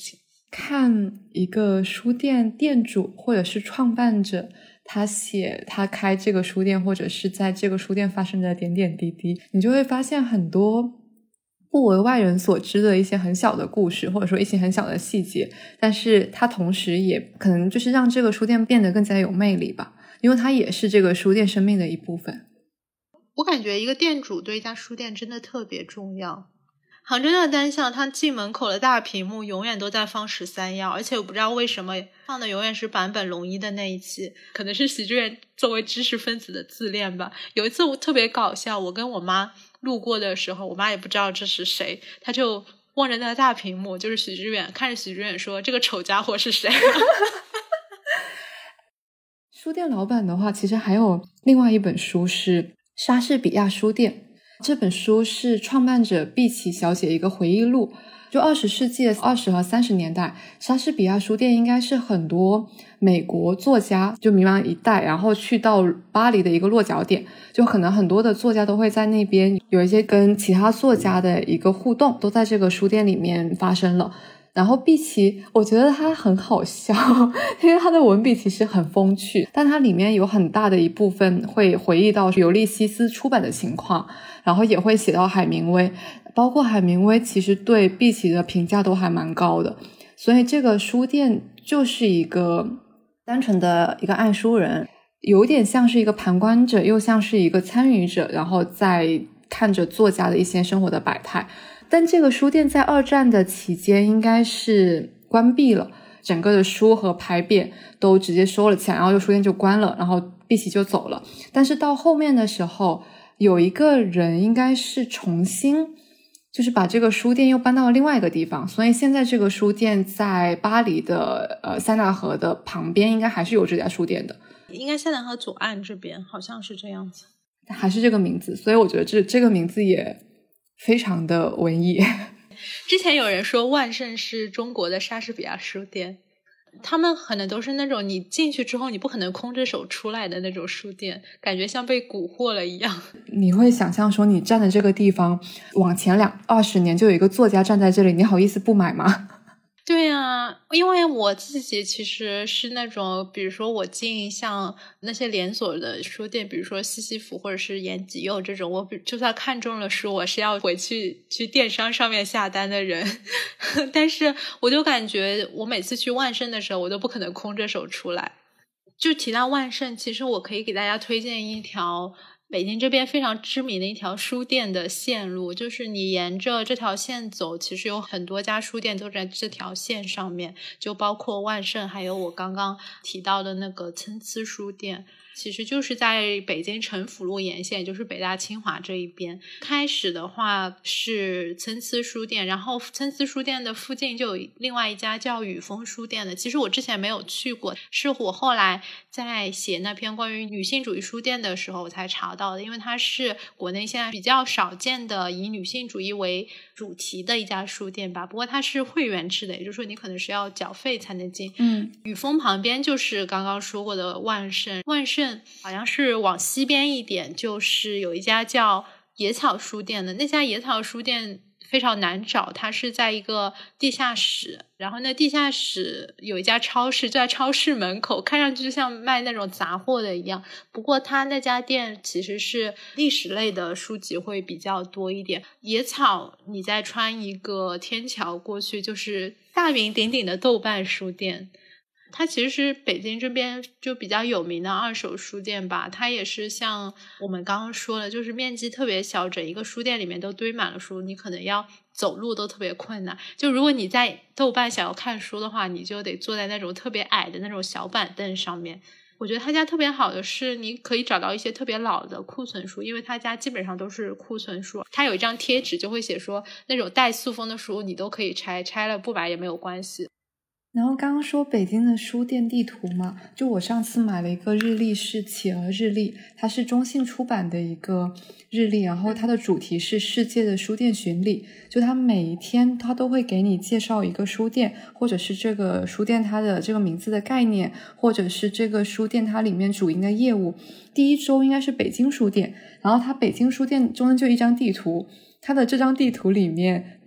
看一个书店店主或者是创办者，他写他开这个书店或者是在这个书店发生的点点滴滴，你就会发现很多不为外人所知的一些很小的故事，或者说一些很小的细节，但是它同时也可能就是让这个书店变得更加有魅力吧，因为它也是这个书店生命的一部分。 我感觉一个店主对一家书店真的特别重要。杭州的单向，它进门口的大屏幕永远都在放十三幺，而且我不知道为什么放的永远是坂本龙一的那一期，可能是喜剧人作为知识分子的自恋吧。有一次我特别搞笑，我跟我妈路过的时候，我妈也不知道这是谁，她就望着那个大屏幕，就是许知远，看着许知远说这个丑家伙是谁。 书店老板的话，其实还有另外一本书是莎士比亚书店，这本书是创办者碧琪小姐一个回忆录，就二十世纪的二十和三十年代，莎士比亚书店应该是很多美国作家就迷茫一代，然后去到巴黎的一个落脚点，就可能很多的作家都会在那边有一些跟其他作家的一个互动，都在这个书店里面发生了。然后碧琪我觉得他很好笑，因为他的文笔其实很风趣，但它里面有很大的一部分会回忆到尤利西斯出版的情况，然后也会写到海明威，包括海明威其实对碧琪的评价都还蛮高的，所以这个书店就是一个单纯的一个爱书人，有点像是一个旁观者又像是一个参与者，然后在看着作家的一些生活的百态。但这个书店在二战的期间应该是关闭了，整个的书和牌匾都直接收了起来，然后这书店就关了，然后碧琪就走了。但是到后面的时候，有一个人应该是重新就是把这个书店又搬到了另外一个地方，所以现在这个书店在巴黎的呃塞纳河的旁边应该还是有这家书店的， 应该塞纳河左岸这边好像是这样子， 还是这个名字，所以我觉得这这个名字也非常的文艺。 之前有人说万盛是中国的莎士比亚书店，他们可能都是那种你进去之后你不可能空着手出来的那种书店，感觉像被蛊惑了一样。 你会想象说你站的这个地方往前两二十年就有一个作家站在这里，你好意思不买吗？ 对啊，因为我自己其实是那种，比如说我进像那些连锁的书店，比如说西西弗或者是延吉佑这种，我就算看中了书，我是要回去去电商上面下单的人。但是我就感觉我每次去万盛的时候，我都不可能空着手出来。就提到万盛，其实我可以给大家推荐一条北京这边非常知名的一条书店的线路，就是你沿着这条线走，其实有很多家书店都在这条线上面，就包括万盛，还有我刚刚提到的那个参差书店，其实就是在北京城府路沿线，就是北大清华这一边。开始的话是参差书店，然后参差书店的附近就有另外一家叫雨峰书店的，其实我之前没有去过，是我后来在写那篇关于女性主义书店的时候我才查到的，因为它是国内现在比较少见的以女性主义为主题的一家书店吧，不过它是会员制的，也就是说你可能是要缴费才能进。 嗯， 雨峰旁边就是刚刚说过的万盛，万盛好像是往西边一点，就是有一家叫野草书店的，那家野草书店非常难找，它是在一个地下室，然后那地下室有一家超市，就在超市门口，看上去就像卖那种杂货的一样，不过它那家店其实是历史类的书籍会比较多一点。野草你再穿一个天桥过去就是大名鼎鼎的豆瓣书店，它其实是北京这边就比较有名的二手书店吧，它也是像我们刚刚说的，就是面积特别小，整一个书店里面都堆满了书，你可能要走路都特别困难，就如果你在豆瓣想要看书的话，你就得坐在那种特别矮的那种小板凳上面。我觉得他家特别好的是你可以找到一些特别老的库存书，因为他家基本上都是库存书，他有一张贴纸就会写说那种带塑封的书你都可以拆，拆了不买也没有关系。 然后刚刚说北京的书店地图嘛，就我上次买了一个日历是企鹅日历，它是中信出版的一个日历，然后它的主题是世界的书店巡礼，就它每一天它都会给你介绍一个书店，或者是这个书店它的这个名字的概念，或者是这个书店它里面主营的业务。第一周应该是北京书店，然后它北京书店中间就一张地图，它的这张地图里面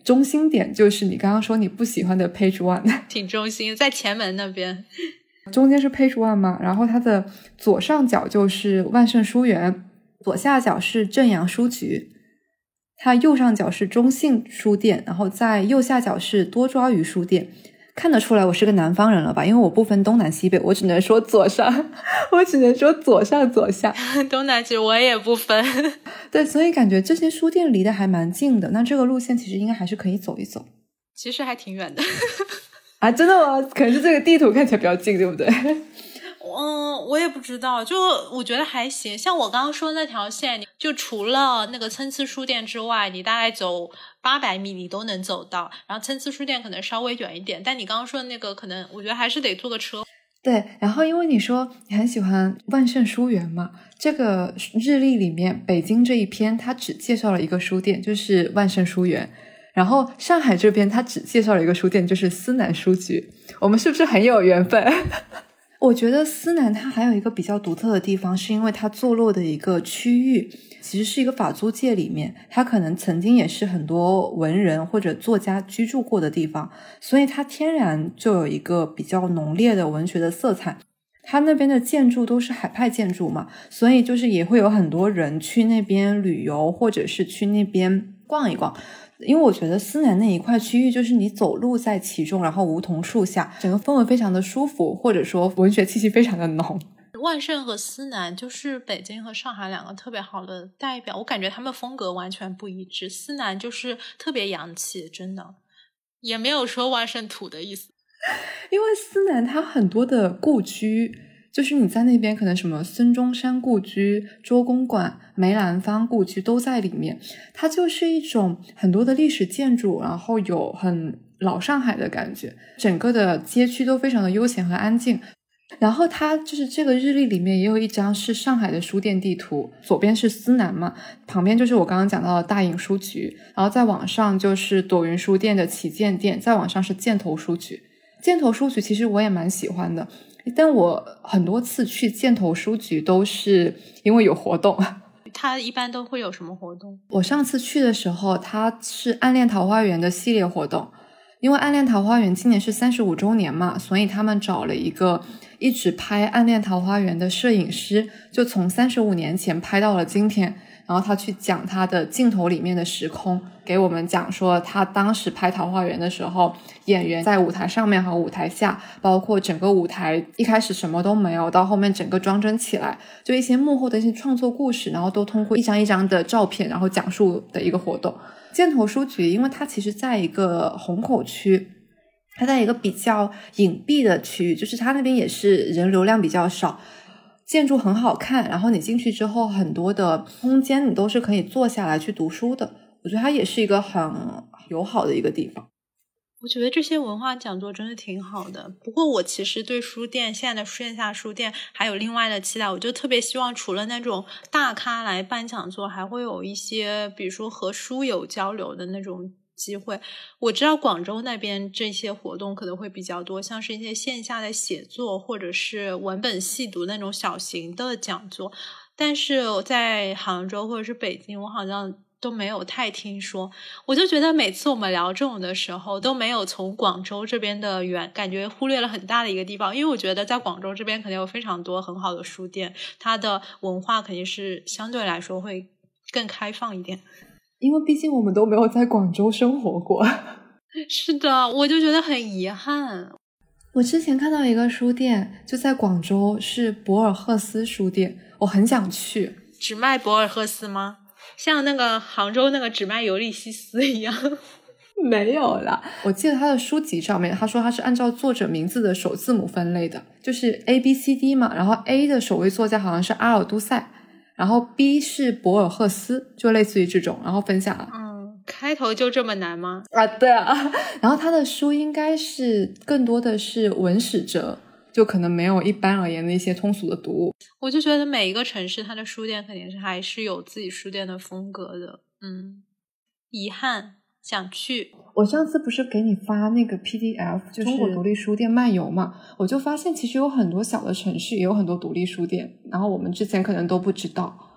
中心点就是你刚刚说你不喜欢的 page one， 挺中心，在前门那边。 中间是 page one 嘛，然后它的左上角就是万盛书园，左下角是正阳书局，它右上角是中信书店，然后在右下角是多抓鱼书店。看得出来我是个南方人了吧，因为我不分东南西北，我只能说左上，我只能说左上左下。 东南其实我也不分。 对，所以感觉这些书店离得还蛮近的，那这个路线其实应该还是可以走一走。 其实还挺远的。 啊，真的吗？可能是这个地图看起来比较近，对不对？ 嗯，我也不知道，就我觉得还行。像我刚刚说那条线，就除了那个参差书店之外，你大概走八百米你都能走到。然后参差书店可能稍微远一点，但你刚刚说的那个可能我觉得还是得坐个车。 对，然后因为你说你很喜欢万盛书园嘛，这个日历里面北京这一篇它只介绍了一个书店，就是万盛书园。然后上海这边它只介绍了一个书店，就是思南书局。我们是不是很有缘分？我觉得思南它还有一个比较独特的地方，是因为它坐落的一个区域其实是一个法租界里面，它可能曾经也是很多文人或者作家居住过的地方，所以它天然就有一个比较浓烈的文学的色彩。它那边的建筑都是海派建筑嘛，所以就是也会有很多人去那边旅游，或者是去那边逛一逛。因为我觉得思南那一块区域就是你走路在其中，然后梧桐树下，整个氛围非常的舒服，或者说文学气息非常的浓。 万盛和思南就是北京和上海两个特别好的代表，我感觉他们风格完全不一致。思南就是特别洋气，真的也没有说万盛土的意思。 因为思南它很多的故居，就是你在那边可能什么孙中山故居、周公馆、梅兰芳故居都在里面，它就是一种很多的历史建筑，然后有很老上海的感觉，整个的街区都非常的悠闲和安静。然后它就是这个日历里面也有一张是上海的书店地图，左边是思南嘛，旁边就是我刚刚讲到的大隐书局，然后再往上就是朵云书店的旗舰店，再往上是箭头书局。箭头书局其实我也蛮喜欢的，但我很多次去箭头书局都是因为有活动。 它一般都会有什么活动？ 我上次去的时候它是暗恋桃花源的系列活动，因为暗恋桃花源今年是三十五周年嘛，所以他们找了一个一直拍暗恋桃花源的摄影师，就从三十五年前拍到了今天，然后他去讲他的镜头里面的时空，给我们讲说他当时拍桃花源的时候，演员在舞台上面和舞台下，包括整个舞台一开始什么都没有，到后面整个装帧起来，就一些幕后的一些创作故事，然后都通过一张一张的照片然后讲述的一个活动。箭头书局因为它其实在一个虹口区，它在一个比较隐蔽的区域，就是它那边也是人流量比较少，建筑很好看，然后你进去之后很多的空间你都是可以坐下来去读书的，我觉得它也是一个很友好的一个地方。 我觉得这些文化讲座真的挺好的，不过我其实对书店现在的线下书店还有另外的期待，我就特别希望除了那种大咖来办讲座，还会有一些比如说和书友交流的那种机会。我知道广州那边这些活动可能会比较多，像是一些线下的写作或者是文本细读那种小型的讲座，但是在杭州或者是北京我好像都没有太听说。我就觉得每次我们聊这种的时候都没有从广州这边的远，感觉忽略了很大的一个地方，因为我觉得在广州这边肯定有非常多很好的书店，它的文化肯定是相对来说会更开放一点， 因为毕竟我们都没有在广州生活过。 是的，我就觉得很遗憾。 我之前看到一个书店就在广州，是博尔赫斯书店，我很想去。 只卖博尔赫斯吗？像那个杭州那个只卖尤利西斯一样？ 没有啦，我记得他的书籍上面他说他是按照作者名字的首字母分类的，就是 A B C D 嘛，然后 A 的首位作家好像是阿尔都塞，然后 B 是博尔赫斯，就类似于这种，然后分下来。 嗯，开头就这么难吗？ 啊，对啊。然后他的书应该是更多的是文史哲，就可能没有一般而言的一些通俗的读物。 我就觉得每一个城市它的书店肯定是还是有自己书店的风格的。嗯，遗憾，想去。 我上次不是给你发那个 P D F， 就是中国独立书店漫游嘛，我就发现其实有很多小的城市也有很多独立书店，然后我们之前可能都不知道。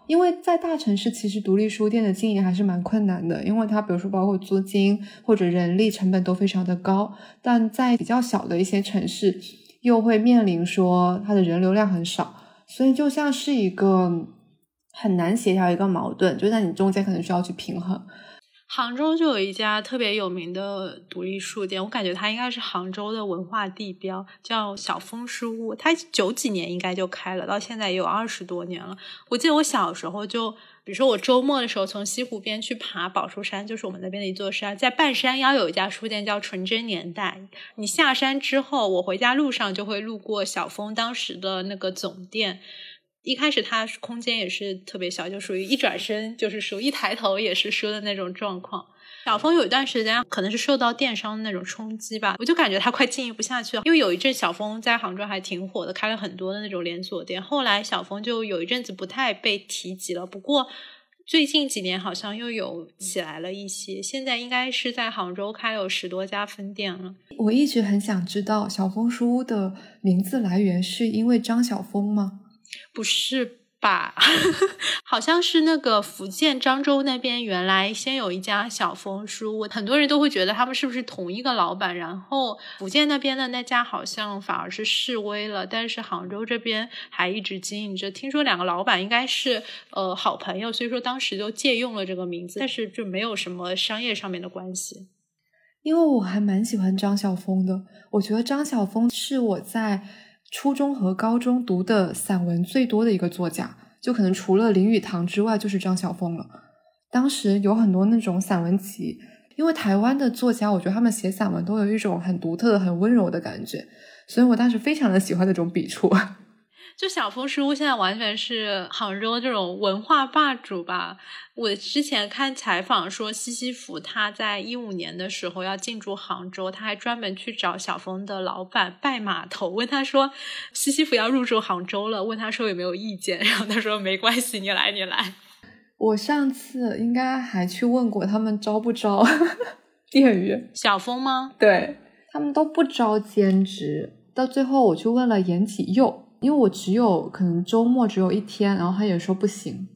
因为在大城市其实独立书店的经营还是蛮困难的，因为它比如说包括租金或者人力成本都非常的高，但在比较小的一些城市又会面临说它的人流量很少，所以就像是一个很难协调一个矛盾，就在你中间可能需要去平衡。 杭州就有一家特别有名的独立书店，我感觉它应该是杭州的文化地标，叫小枫书屋。它九几年应该就开了，到现在也有二十多年了。我记得我小时候就，比如说我周末的时候从西湖边去爬宝树山，就是我们那边的一座山，在半山腰有一家书店叫纯真年代。你下山之后，我回家路上就会路过小枫当时的那个总店。一开始它空间也是特别小，就属于一转身就是书，一抬头也是书的那种状况。小枫有一段时间可能是受到电商的那种冲击吧，我就感觉它快经营不下去了。因为有一阵小枫在杭州还挺火的，开了很多的那种连锁店，后来小枫就有一阵子不太被提及了。不过最近几年好像又有起来了一些，现在应该是在杭州开了有十多家分店了。 我一直很想知道小枫书屋的名字来源是因为张晓峰吗？ 不是吧好像是那个福建漳州那边原来先有一家小枫书屋，很多人都会觉得他们是不是同一个老板，然后福建那边的那家好像反而是式微了，但是杭州这边还一直经营着。听说两个老板应该是呃好朋友，所以说当时就借用了这个名字，但是就没有什么商业上面的关系。 因为我还蛮喜欢张晓峰的，我觉得张晓峰是我在初中和高中读的散文最多的一个作家，就可能除了林语堂之外就是张晓峰了。当时有很多那种散文集，因为台湾的作家我觉得他们写散文都有一种很独特的很温柔的感觉，所以我当时非常的喜欢那种笔触。 就小枫书屋现在完全是杭州这种文化霸主吧。我之前看采访说西西弗他在一五年的时候要进驻杭州，他还专门去找小枫的老板拜码头，问他说西西弗要入驻杭州了，问他说有没有意见，然后他说没关系，你来你来。 我上次应该还去问过他们招不招店员。 小枫吗？ 对，他们都不招兼职，到最后我去问了严启佑，因为我只有可能周末只有一天，然后他也说不行。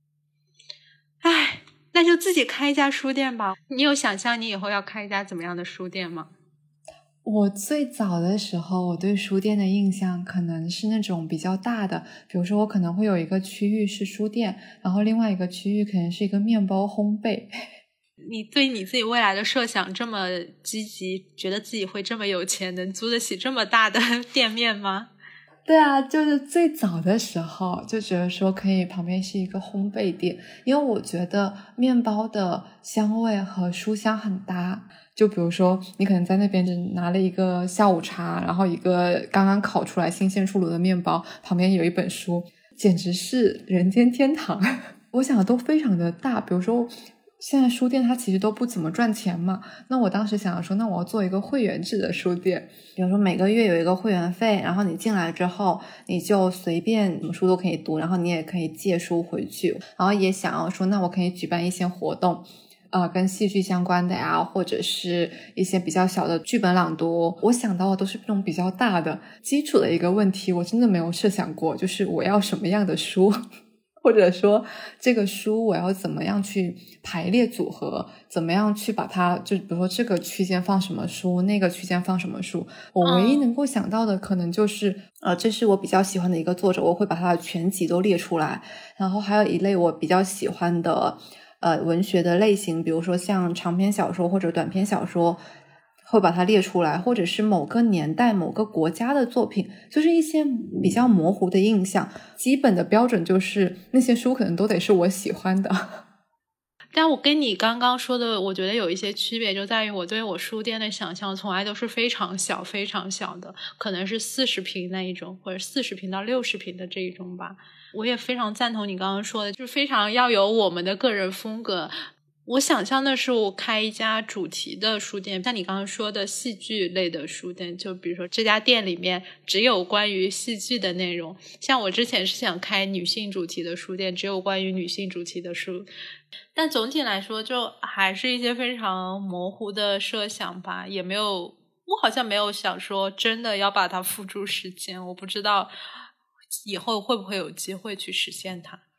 唉，那就自己开一家书店吧。你有想象你以后要开一家怎么样的书店吗？ 我最早的时候我对书店的印象可能是那种比较大的，比如说我可能会有一个区域是书店，然后另外一个区域可能是一个面包烘焙。 你对你自己未来的设想这么积极，觉得自己会这么有钱，能租得起这么大的店面吗？ 对啊，就是最早的时候就觉得说可以旁边是一个烘焙店，因为我觉得面包的香味和书香很搭。就比如说你可能在那边只拿了一个下午茶，然后一个刚刚烤出来新鲜出炉的面包，旁边有一本书，简直是人间天堂。我想的都非常的大，比如说现在书店它其实都不怎么赚钱嘛，那我当时想说那我要做一个会员制的书店，比如说每个月有一个会员费，然后你进来之后你就随便什么书都可以读，然后你也可以借书回去，然后也想要说那我可以举办一些活动，呃，跟戏剧相关的呀，或者是一些比较小的剧本朗读。我想到的都是这种比较大的基础的一个问题，我真的没有设想过就是我要什么样的书，或者说这个书我要怎么样去排列组合，怎么样去把它，就比如说这个区间放什么书，那个区间放什么书。我唯一能够想到的可能就是呃，这是我比较喜欢的一个作者，我会把他的全集都列出来。然后还有一类我比较喜欢的呃文学的类型，比如说像长篇小说或者短篇小说，会把它列出来，或者是某个年代某个国家的作品，就是一些比较模糊的印象。基本的标准就是那些书可能都得是我喜欢的。 但我跟你刚刚说的我觉得有一些区别，就在于我对我书店的想象从来都是非常小非常小的，可能是四十平那一种，或者四十平到六十平的这一种吧。我也非常赞同你刚刚说的，就是非常要有我们的个人风格。我想象的是我开一家主题的书店，像你刚刚说的戏剧类的书店，就比如说这家店里面只有关于戏剧的内容。像我之前是想开女性主题的书店，只有关于女性主题的书。但总体来说就还是一些非常模糊的设想吧，也没有，我好像没有想说真的要把它付诸实践，我不知道以后会不会有机会去实现它。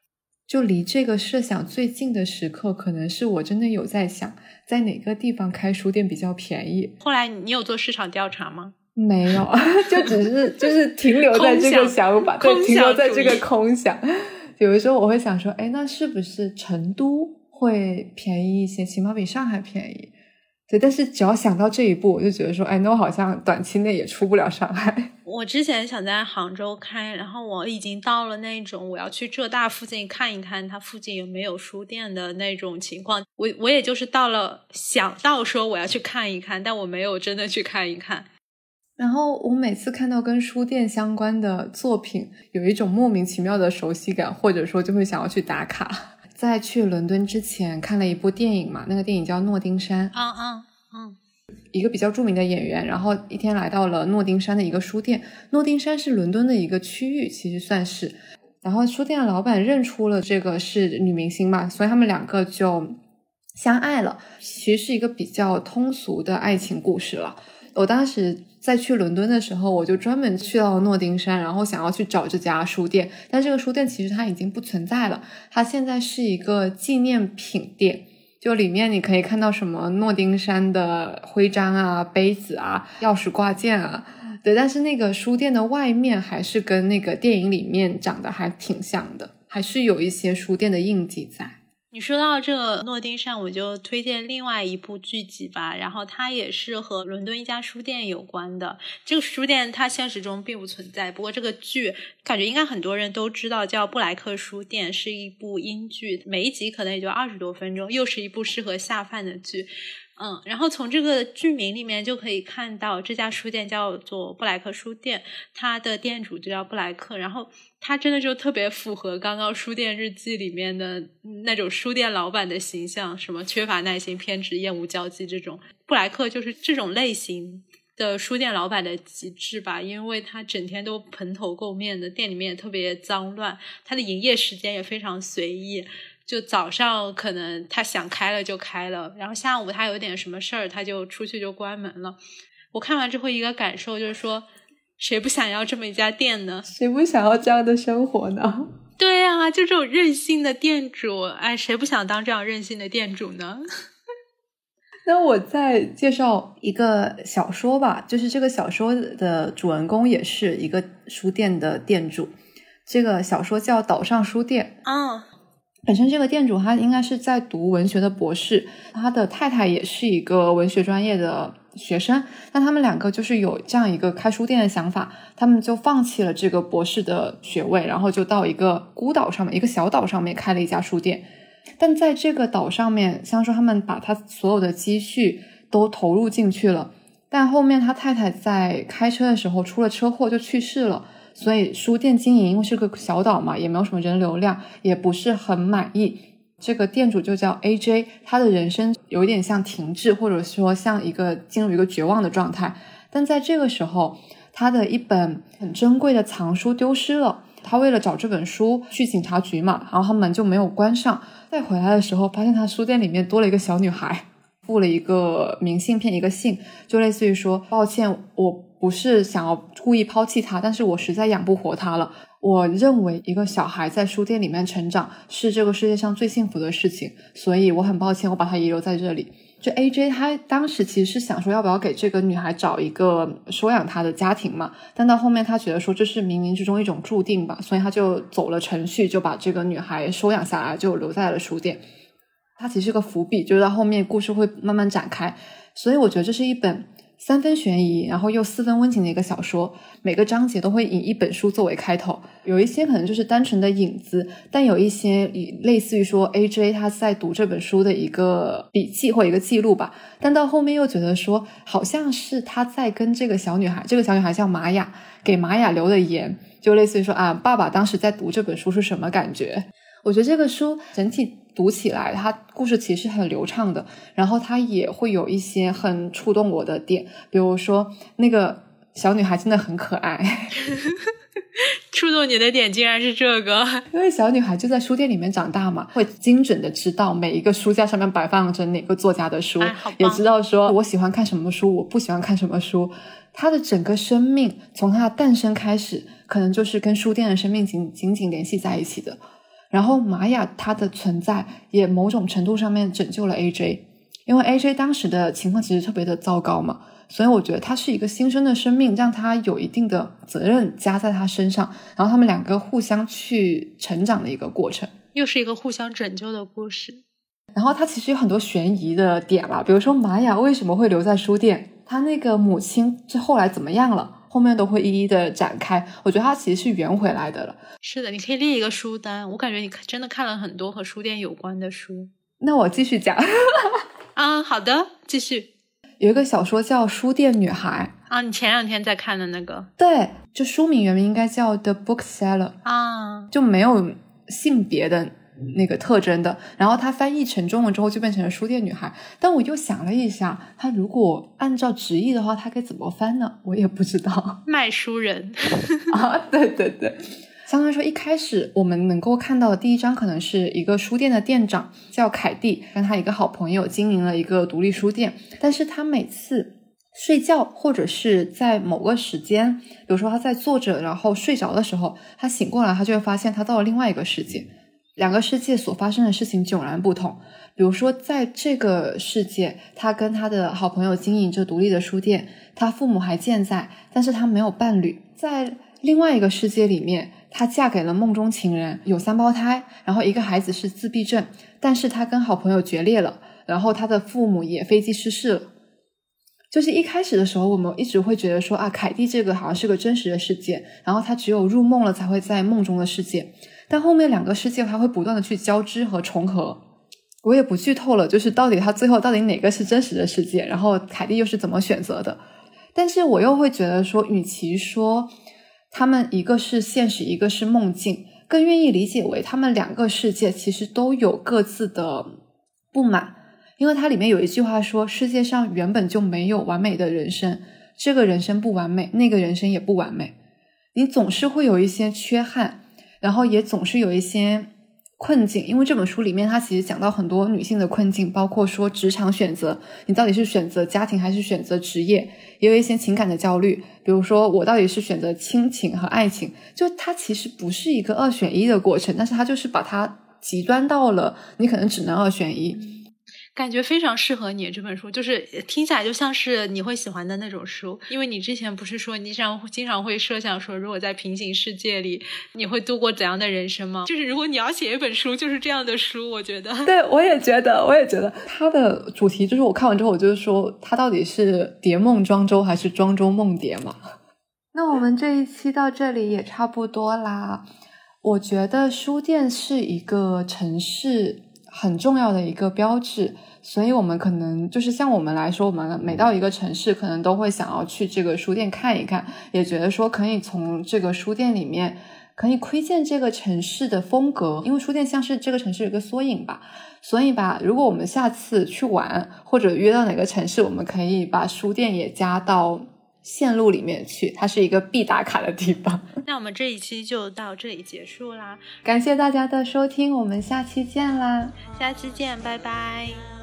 就离这个设想最近的时刻，可能是我真的有在想在哪个地方开书店比较便宜。 后来你有做市场调查吗？ 没有，就只是就是停留在这个想法，对，停留在这个空想。有的时候我会想说，哎，那是不是成都会便宜一些，起码比上海便宜？对，但是只要想到这一步，我就觉得说，哎，那我好像短期内也出不了上海。 我之前想在杭州开，然后我已经到了那种我要去浙大附近看一看它附近有没有书店的那种情况。我我也就是到了想到说我要去看一看，但我没有真的去看一看。 然后我每次看到跟书店相关的作品，有一种莫名其妙的熟悉感，或者说就会想要去打卡。在去伦敦之前看了一部电影嘛，那个电影叫《诺丁山》。 啊啊嗯， 一个比较著名的演员，然后一天来到了诺丁山的一个书店。诺丁山是伦敦的一个区域，其实算是。然后书店的老板认出了这个是女明星嘛，所以他们两个就相爱了。其实是一个比较通俗的爱情故事了。我当时在去伦敦的时候，我就专门去到了诺丁山，然后想要去找这家书店，但这个书店其实它已经不存在了，它现在是一个纪念品店，就里面你可以看到什么诺丁山的徽章啊、杯子啊、钥匙挂件啊，对，但是那个书店的外面还是跟那个电影里面长得还挺像的，还是有一些书店的印记在。 你说到这个诺丁山，我就推荐另外一部剧集吧，然后它也是和伦敦一家书店有关的。这个书店它现实中并不存在，不过这个剧感觉应该很多人都知道，叫布莱克书店，是一部英剧，每一集可能也就二十多分钟，又是一部适合下饭的剧。嗯，然后从这个剧名里面就可以看到这家书店叫做布莱克书店，它的店主就叫布莱克，然后他真的就特别符合刚刚书店日记里面的那种书店老板的形象，什么缺乏耐心、偏执、厌恶交际这种。布莱克就是这种类型的书店老板的极致吧，因为他整天都蓬头垢面的，店里面也特别脏乱，他的营业时间也非常随意，就早上可能他想开了就开了，然后下午他有点什么事儿他就出去就关门了。我看完之后一个感受就是说，谁不想要这么一家店呢？ 谁不想要这样的生活呢？ 对啊，就这种任性的店主，哎，谁不想当这样任性的店主呢？ 那我再介绍一个小说吧，就是这个小说的主人公也是一个书店的店主，这个小说叫《岛上书店》。 哦， 本身这个店主他应该是在读文学的博士，他的太太也是一个文学专业的学生，但他们两个就是有这样一个开书店的想法，他们就放弃了这个博士的学位，然后就到一个孤岛上面，一个小岛上面开了一家书店。但在这个岛上面，像说他们把他所有的积蓄都投入进去了，但后面他太太在开车的时候出了车祸就去世了，所以书店经营因为是个小岛嘛，也没有什么人流量，也不是很满意。这个店主就叫 A J， 他的人生有点像停滞，或者说像一个进入一个绝望的状态。但在这个时候，他的一本很珍贵的藏书丢失了，他为了找这本书去警察局嘛，然后他门就没有关上，再回来的时候发现他书店里面多了一个小女孩，附了一个明信片，一个信，就类似于说，抱歉，我不是想要故意抛弃他，但是我实在养不活他了，我认为一个小孩在书店里面成长是这个世界上最幸福的事情，所以我很抱歉我把他遗留在这里。就 A J 他当时其实是想说要不要给这个女孩找一个收养她的家庭嘛，但到后面他觉得说这是冥冥之中一种注定吧，所以他就走了程序，就把这个女孩收养下来，就留在了书店。它其实是个伏笔，就是到后面故事会慢慢展开，所以我觉得这是一本三分悬疑然后又四分温情的一个小说，每个章节都会以一本书作为开头，有一些可能就是单纯的引子，但有一些类似于说 A J 他在读这本书的一个笔记或一个记录吧，但到后面又觉得说好像是他在跟这个小女孩，这个小女孩叫玛雅，给玛雅留的言，就类似于说啊，爸爸当时在读这本书是什么感觉。我觉得这个书整体读起来它故事其实很流畅的，然后它也会有一些很触动我的点，比如说那个小女孩真的很可爱触动你的点竟然是这个。 因为小女孩就在书店里面长大嘛，会精准的知道每一个书架上面摆放着哪个作家的书、 哎、 也知道说我喜欢看什么书，我不喜欢看什么书。她的整个生命从她的诞生开始可能就是跟书店的生命紧紧紧联系在一起的， 然后玛雅她的存在也某种程度上面拯救了 A J， 因为 A J 当时的情况其实特别的糟糕嘛，所以我觉得他是一个新生的生命，让他有一定的责任加在他身上，然后他们两个互相去成长的一个过程， 又是一个互相拯救的故事。 然后他其实有很多悬疑的点啦，比如说玛雅为什么会留在书店，他那个母亲这后来怎么样了，后面都会一一的展开，我觉得他其实是圆回来的了。 是的，你可以列一个书单，我感觉你真的看了很多和书店有关的书。 那我继续讲啊，好的，继续。 有一个小说叫《书店女孩》 啊，你前两天在看的那个。 对，就书名原名应该叫 The Bookseller 啊， 就没有性别的那个特征的，然后它翻译成中文之后就变成了书店女孩。但我又想了一下，它如果按照直译的话它该怎么翻呢？我也不知道。 卖书人啊，对对对，相当于说一开始我们能够看到的第一章可能是一个书店的店长叫凯蒂，跟他一个好朋友经营了一个独立书店，但是他每次睡觉或者是在某个时间，比如说他在坐着然后睡着的时候，他醒过来他就会发现他到了另外一个世界，两个世界所发生的事情迥然不同。比如说在这个世界他跟他的好朋友经营着独立的书店，他父母还健在，但是他没有伴侣。在另外一个世界里面，她嫁给了梦中情人，有三胞胎，然后一个孩子是自闭症，但是她跟好朋友决裂了，然后她的父母也飞机失事了。就是一开始的时候我们一直会觉得说啊，凯蒂这个好像是个真实的世界，然后她只有入梦了才会在梦中的世界，但后面两个世界它会不断的去交织和重合。我也不剧透了，就是到底它最后到底哪个是真实的世界，然后凯蒂又是怎么选择的。但是我又会觉得说，与其说他们一个是现实一个是梦境，更愿意理解为他们两个世界其实都有各自的不满。因为它里面有一句话说，世界上原本就没有完美的人生，这个人生不完美，那个人生也不完美，你总是会有一些缺憾，然后也总是有一些困境。因为这本书里面它其实讲到很多女性的困境，包括说职场选择，你到底是选择家庭还是选择职业，也有一些情感的焦虑，比如说我到底是选择亲情和爱情，就它其实不是一个二选一的过程，但是它就是把它极端到了你可能只能二选一。 感觉非常适合你这本书，就是听起来就像是你会喜欢的那种书。因为你之前不是说你常经常会设想说，如果在平行世界里你会度过怎样的人生吗？就是如果你要写一本书就是这样的书，我觉得。 对，我也觉得我也觉得它的主题就是我看完之后我就是说，它到底是蝶梦庄周还是庄周梦蝶嘛。那我们这一期到这里也差不多啦。我觉得书店是一个城市很重要的一个标志，所以我们可能就是像我们来说，我们每到一个城市可能都会想要去这个书店看一看，也觉得说可以从这个书店里面可以窥见这个城市的风格，因为书店像是这个城市有一个缩影吧。所以吧，如果我们下次去玩或者约到哪个城市，我们可以把书店也加到线路里面去，它是一个必打卡的地方。 那我们这一期就到这里结束啦， 感谢大家的收听，我们下期见啦， 下期见，拜拜。